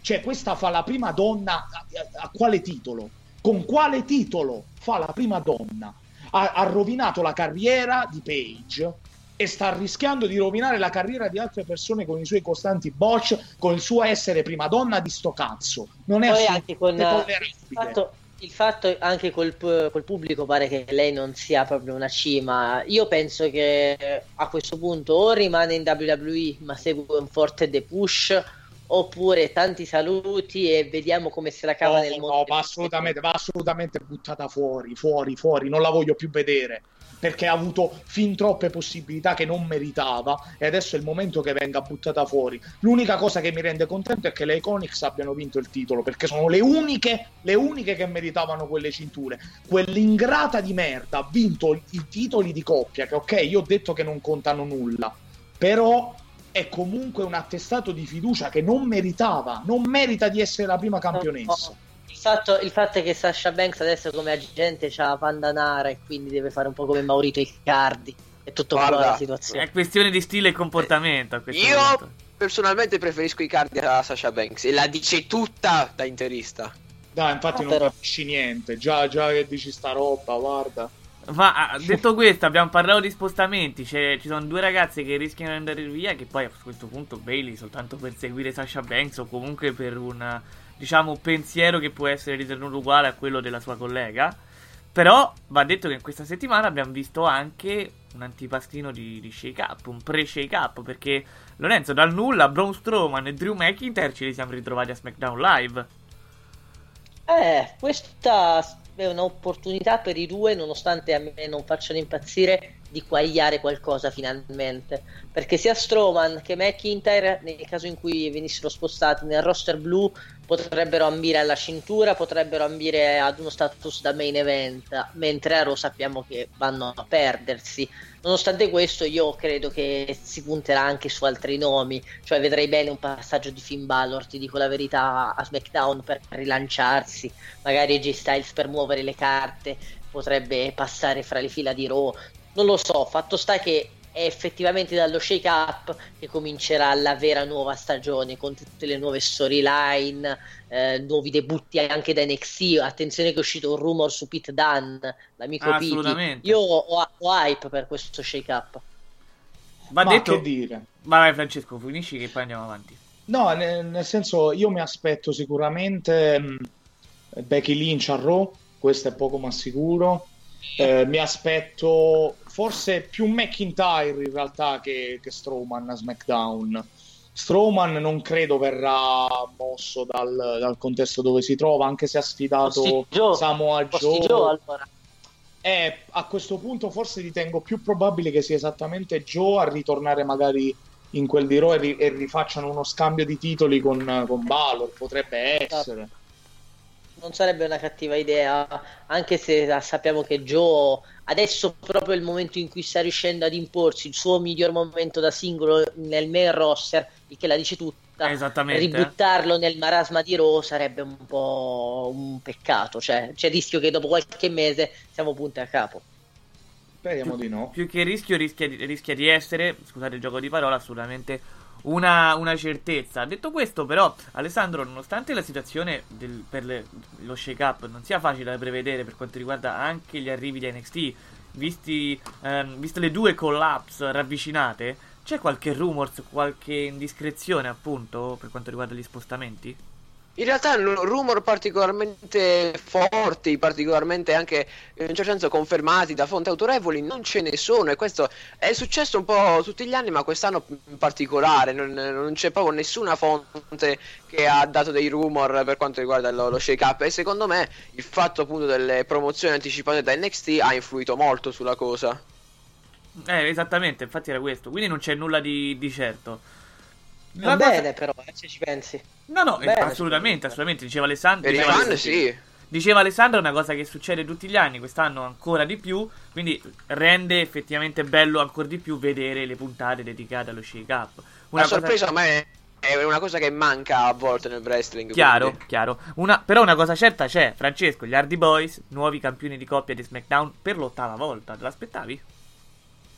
Cioè, questa fa la prima donna a, a, a quale titolo? Con quale titolo fa la prima donna? Ha, ha rovinato la carriera di Paige e sta rischiando di rovinare la carriera di altre persone con i suoi costanti botch, con il suo essere prima donna di sto cazzo. Non è Poi anche con tollerabile. il fatto, il fatto anche col, col pubblico pare che lei non sia proprio una cima. Io penso che a questo punto o rimane in W W E ma segue un forte The Push, oppure tanti saluti e vediamo come se la cava no, nel mondo. No, va assolutamente, va assolutamente buttata fuori, fuori, fuori, non la voglio più vedere, perché ha avuto fin troppe possibilità che non meritava e adesso è il momento che venga buttata fuori. L'unica cosa che mi rende contento è che le Iconics abbiano vinto il titolo, perché sono le uniche, le uniche che meritavano quelle cinture. Quell'ingrata di merda ha vinto i titoli di coppia, che ok, io ho detto che non contano nulla, però è comunque un attestato di fiducia che non meritava, non merita di essere la prima campionessa. No, no. Il fatto, il fatto è che Sasha Banks adesso come agente c'ha Pandanara e quindi deve fare un po' come Maurito Icardi. È tutto un po' la situazione. È questione di stile e comportamento a questo Io punto. personalmente preferisco Icardi a Sasha Banks e la dice tutta da interista. Dai, infatti no, non però... capisci niente. Già, già che dici sta roba, guarda. Ma detto questo, abbiamo parlato di spostamenti. C'è, ci sono due ragazze che rischiano di andare via, che poi a questo punto Bayley soltanto per seguire Sasha Banks o comunque per un, diciamo, pensiero che può essere ritenuto uguale a quello della sua collega. Però va detto che in questa settimana abbiamo visto anche un antipastino di, di shake up, un pre-shake up, perché Lorenzo, dal nulla Braun Strowman e Drew McIntyre ce li siamo ritrovati a SmackDown Live. Eh, questa è un'opportunità per i due, nonostante a me non facciano impazzire, di quagliare qualcosa finalmente, perché sia Strowman che McIntyre, nel caso in cui venissero spostati nel roster blu, potrebbero ambire alla cintura, potrebbero ambire ad uno status da main event, mentre a Raw sappiamo che vanno a perdersi. Nonostante questo, io credo che si punterà anche su altri nomi, cioè vedrei bene un passaggio di Finn Balor, ti dico la verità, a SmackDown per rilanciarsi, magari A J Styles per muovere le carte, potrebbe passare fra le fila di Raw. Non lo so, fatto sta che è effettivamente dallo shake up che comincerà la vera nuova stagione, con tutte le nuove storyline, eh, nuovi debutti anche da N X T. Attenzione che è uscito un rumor su Pete Dunne, l'amico Ah, Pete. assolutamente. Io ho, ho hype per questo shake up. Va Ma detto... che dire? Vai, vai Francesco, finisci che poi andiamo avanti. No, nel, nel senso, io mi aspetto sicuramente mh, Becky Lynch a Raw, questo è poco ma sicuro. Eh, mi aspetto forse più McIntyre in realtà che, che Strowman a SmackDown. Strowman non credo verrà mosso dal, dal contesto dove si trova, anche se ha sfidato Joe. Samoa Joe. Joe allora. Eh, a questo punto forse ritengo più probabile che sia esattamente Joe a ritornare magari in quel di Raw e, ri- e rifacciano uno scambio di titoli con, con Balor, potrebbe essere. Non sarebbe una cattiva idea, anche se sappiamo che Joe adesso proprio è il momento in cui sta riuscendo ad imporsi il suo miglior momento da singolo nel main roster, il che la dice tutta. Esattamente. Ributtarlo nel marasma di Raw sarebbe un po' un peccato, cioè c'è il rischio che dopo qualche mese siamo punti a capo. Speriamo di no. Più che rischio rischia di, rischia di essere, scusate il gioco di parola, assolutamente una, una certezza. Detto questo, però, Alessandro, nonostante la situazione del, per le, lo shake up non sia facile da prevedere per quanto riguarda anche gli arrivi di N X T, visti, ehm, viste le due collapse ravvicinate, c'è qualche rumors, qualche indiscrezione appunto per quanto riguarda gli spostamenti? In realtà rumor particolarmente forti, particolarmente anche in un certo senso confermati da fonti autorevoli, non ce ne sono, e questo è successo un po' tutti gli anni, ma quest'anno in particolare non, non c'è proprio nessuna fonte che ha dato dei rumor per quanto riguarda lo, lo shake up, e secondo me il fatto appunto delle promozioni anticipate da N X T ha influito molto sulla cosa. Eh, esattamente, infatti era questo, quindi non c'è nulla di, di certo. Va bene, però, eh, se ci pensi. No, no, bene, assolutamente, assolutamente, diceva Alessandro. Per i fan, sì. Diceva Alessandro, è una cosa che succede tutti gli anni, quest'anno ancora di più, quindi rende effettivamente bello ancora di più vedere le puntate dedicate allo shake up. Una cosa... sorpresa a me è una cosa che manca a volte nel wrestling. Chiaro, quindi. chiaro. Una, però una cosa certa c'è, Francesco, gli Hardy Boys, nuovi campioni di coppia di SmackDown per l'ottava volta, te l'aspettavi?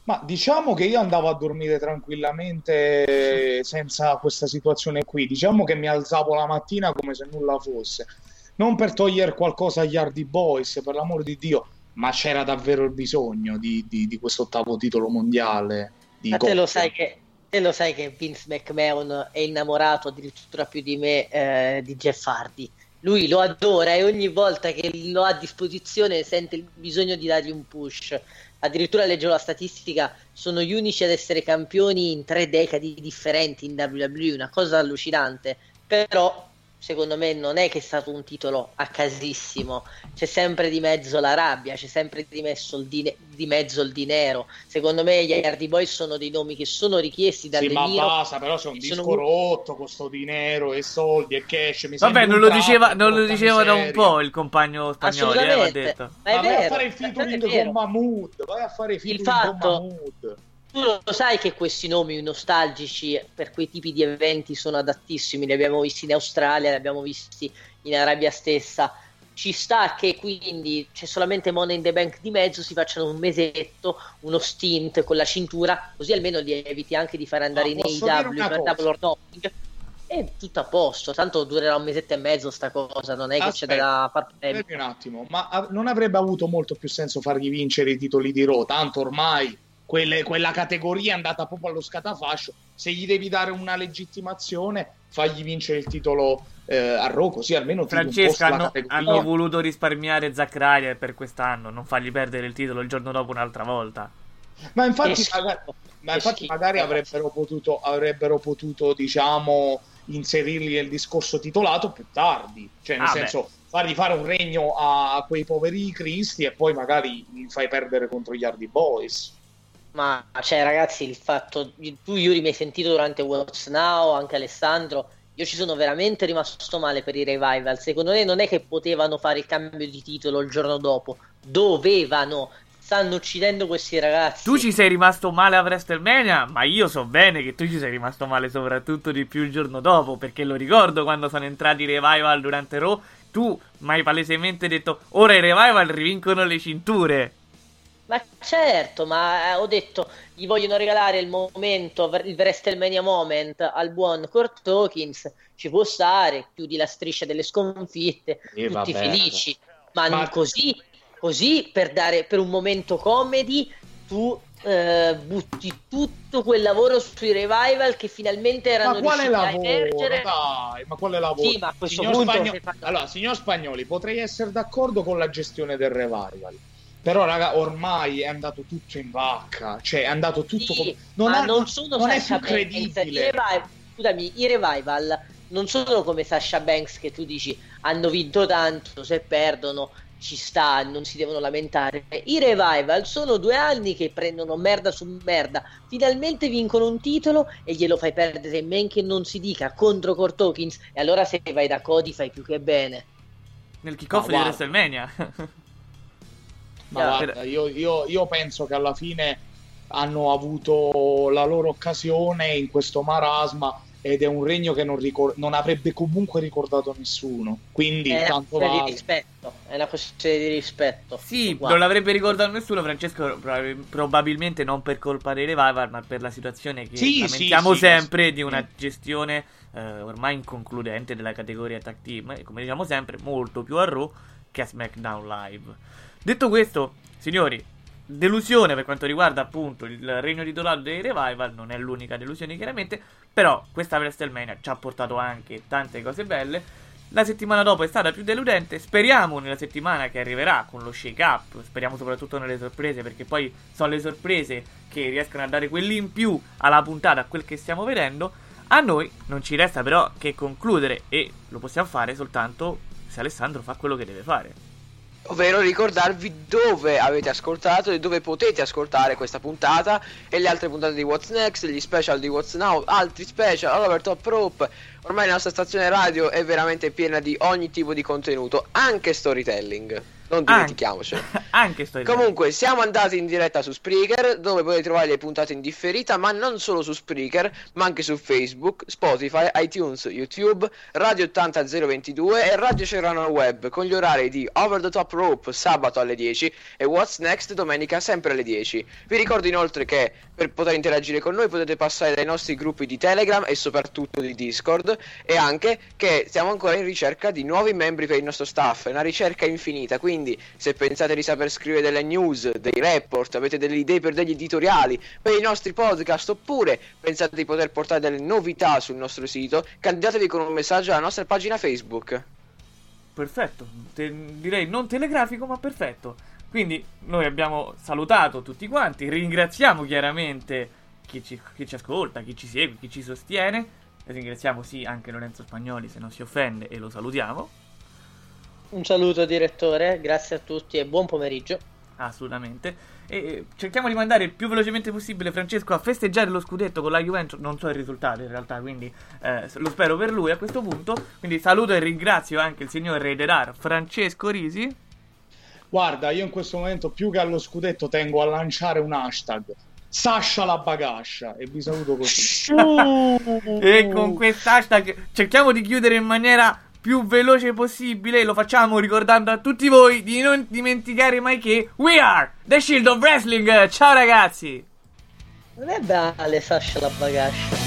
Ma diciamo che io andavo a dormire tranquillamente senza questa situazione qui. Diciamo che mi alzavo la mattina come se nulla fosse. Non per togliere qualcosa agli Hardy Boys, per l'amor di Dio, ma c'era davvero il bisogno di, di, di questo ottavo titolo mondiale. Di Ma te lo sai che te lo sai che Vince McMahon è innamorato addirittura più di me eh, di Jeff Hardy. Lui lo adora e ogni volta che lo ha a disposizione sente il bisogno di dargli un push. Addirittura leggevo la statistica, sono gli unici ad essere campioni in tre decadi differenti in W W E, una cosa allucinante. Però secondo me non è che è stato un titolo a casissimo, c'è sempre di mezzo la rabbia, c'è sempre di, messo il dine- di mezzo il dinero. Secondo me gli Hardy Boys sono dei nomi che sono richiesti dalle Sì, ma Niro, basta, però c'è un disco sono... rotto con sto dinero e soldi e cash. Mi Vabbè, non lo diceva, non lo diceva da un miseria. po' il compagno Spagnoli, eh, va detto. Ma è Ma vai vero, a fare il featuring è vero. con Mahmood, vai a fare il featuring fatto- con Mahmood. Tu lo sai che questi nomi nostalgici per quei tipi di eventi sono adattissimi, li abbiamo visti in Australia, li abbiamo visti in Arabia stessa. Ci sta che quindi c'è solamente Money in the Bank di mezzo, si facciano un mesetto, uno stint con la cintura, così almeno li eviti anche di far andare Ma in posso A E dire W una per cosa? Double or Nothing. E tutto a posto, tanto durerà un mesetto e mezzo sta cosa, non è che c'è da far tempo. Aspetti un attimo, ma a- non avrebbe avuto molto più senso fargli vincere i titoli di Raw, tanto ormai quelle- quella categoria è andata proprio allo scatafascio. Se gli devi dare una legittimazione, fagli vincere il titolo eh, a Raw, così almeno ti Francesca, imposta la hanno, categoria. hanno voluto risparmiare Zack Ryder per quest'anno, non fargli perdere il titolo il giorno dopo un'altra volta. Ma infatti, Che magari, ma che infatti schifo. magari avrebbero potuto, avrebbero potuto, diciamo, inserirli nel discorso titolato più tardi. Cioè, nel Ah, senso, fargli fare un regno a, a quei poveri cristi e poi magari li fai perdere contro gli Hardy Boys. Ma cioè ragazzi, il fatto, tu Yuri mi hai sentito durante What's Now, anche Alessandro, io ci sono veramente rimasto male per i revival. Secondo me non è che potevano fare il cambio di titolo il giorno dopo, dovevano. Stanno uccidendo questi ragazzi. Tu ci sei rimasto male a WrestleMania, ma io so bene che tu ci sei rimasto male soprattutto di più il giorno dopo, perché lo ricordo quando sono entrati i revival durante Raw, tu mi hai palesemente detto ora i revival rivincono le cinture. Ma certo, ma eh, ho detto gli vogliono regalare il momento, il WrestleMania moment al buon Kurt Hawkins, ci può stare, chiudi la striscia delle sconfitte, Eh, tutti vabbè. felici, ma, Ma- non così, così per dare per un momento comedy tu eh, butti tutto quel lavoro sui revival che finalmente erano Ma quale riusciti a lavoro? emergere. Dai, ma quale lavoro? Sì, ma a questo Signor punto Spagno- se fa- Allora, signor Spagnoli, potrei essere d'accordo con la gestione del revival. Però, raga, ormai è andato tutto in vacca. Cioè, è andato tutto Sì, come... Non, ma ha- non sono non è Sasha più Banks. credibile. I revival, scusami, i revival non sono come Sasha Banks che tu dici hanno vinto tanto, se perdono ci sta, non si devono lamentare. I revival sono due anni che prendono merda su merda, finalmente vincono un titolo e glielo fai perdere, men che non si dica, contro Kurt Hawkins, e allora se vai da Cody fai più che bene. Nel kickoff Ma di guarda. WrestleMania. Ma guarda, io, io- io penso che alla fine hanno avuto la loro occasione in questo marasma ed è un regno che non, ricor- non avrebbe comunque ricordato nessuno. Quindi È una tanto questione di vale. rispetto, è una questione di rispetto. Sì, Qua. non l'avrebbe ricordato nessuno, Francesco, prob- probabilmente non per colpa dei revival, ma per la situazione che Sì, lamentiamo sì, sì, sempre sì. di una gestione eh, ormai inconcludente della categoria tag team, e come diciamo sempre, molto più a Raw che a SmackDown Live. Detto questo, signori, delusione per quanto riguarda appunto il regno titolato dei revival, non è l'unica delusione chiaramente, però questa WrestleMania ci ha portato anche tante cose belle. La settimana dopo è stata più deludente, speriamo nella settimana che arriverà con lo shake up, speriamo soprattutto nelle sorprese, perché poi sono le sorprese che riescono a dare quelli in più alla puntata, a quel che stiamo vedendo. A noi non ci resta però che concludere, e lo possiamo fare soltanto se Alessandro fa quello che deve fare, ovvero ricordarvi dove avete ascoltato e dove potete ascoltare questa puntata e le altre puntate di What's Next, gli special di What's Now, altri special, All Over Top Rope. Ormai la nostra stazione radio è veramente piena di ogni tipo di contenuto, anche storytelling. non dimentichiamocelo. Anche sto Comunque siamo andati in diretta su Spreaker, dove potete trovare le puntate in differita, ma non solo su Spreaker, ma anche su Facebook, Spotify, iTunes, YouTube, Radio ottanta zero ventidue e Radio Cerrano Web, con gli orari di Over the Top Rope sabato alle dieci e What's Next domenica sempre alle dieci. Vi ricordo inoltre che per poter interagire con noi potete passare dai nostri gruppi di Telegram e soprattutto di Discord, e anche che siamo ancora in ricerca di nuovi membri per il nostro staff, è una ricerca infinita, quindi se pensate di saper scrivere delle news, dei report, avete delle idee per degli editoriali, per i nostri podcast, oppure pensate di poter portare delle novità sul nostro sito, candidatevi con un messaggio alla nostra pagina Facebook. Perfetto, Te- direi non telegrafico ma perfetto. Quindi noi abbiamo salutato tutti quanti, ringraziamo chiaramente chi ci, chi ci ascolta, chi ci segue, chi ci sostiene, e ringraziamo sì anche Lorenzo Spagnoli se non si offende, e lo salutiamo. Un saluto direttore, grazie a tutti e buon pomeriggio. Assolutamente. E cerchiamo di mandare il più velocemente possibile Francesco a festeggiare lo scudetto con la Juventus. Non so il risultato in realtà, quindi eh, lo spero per lui a questo punto. Quindi saluto e ringrazio anche il signor Reiderar Francesco Risi. Guarda, io in questo momento più che allo scudetto tengo a lanciare un hashtag: Sasha la bagascia, e vi saluto così. E con quest'hashtag cerchiamo di chiudere in maniera più veloce possibile. Lo facciamo ricordando a tutti voi di non dimenticare mai che we are the Shield of Wrestling. Ciao ragazzi. Non è male Sasha la bagascia.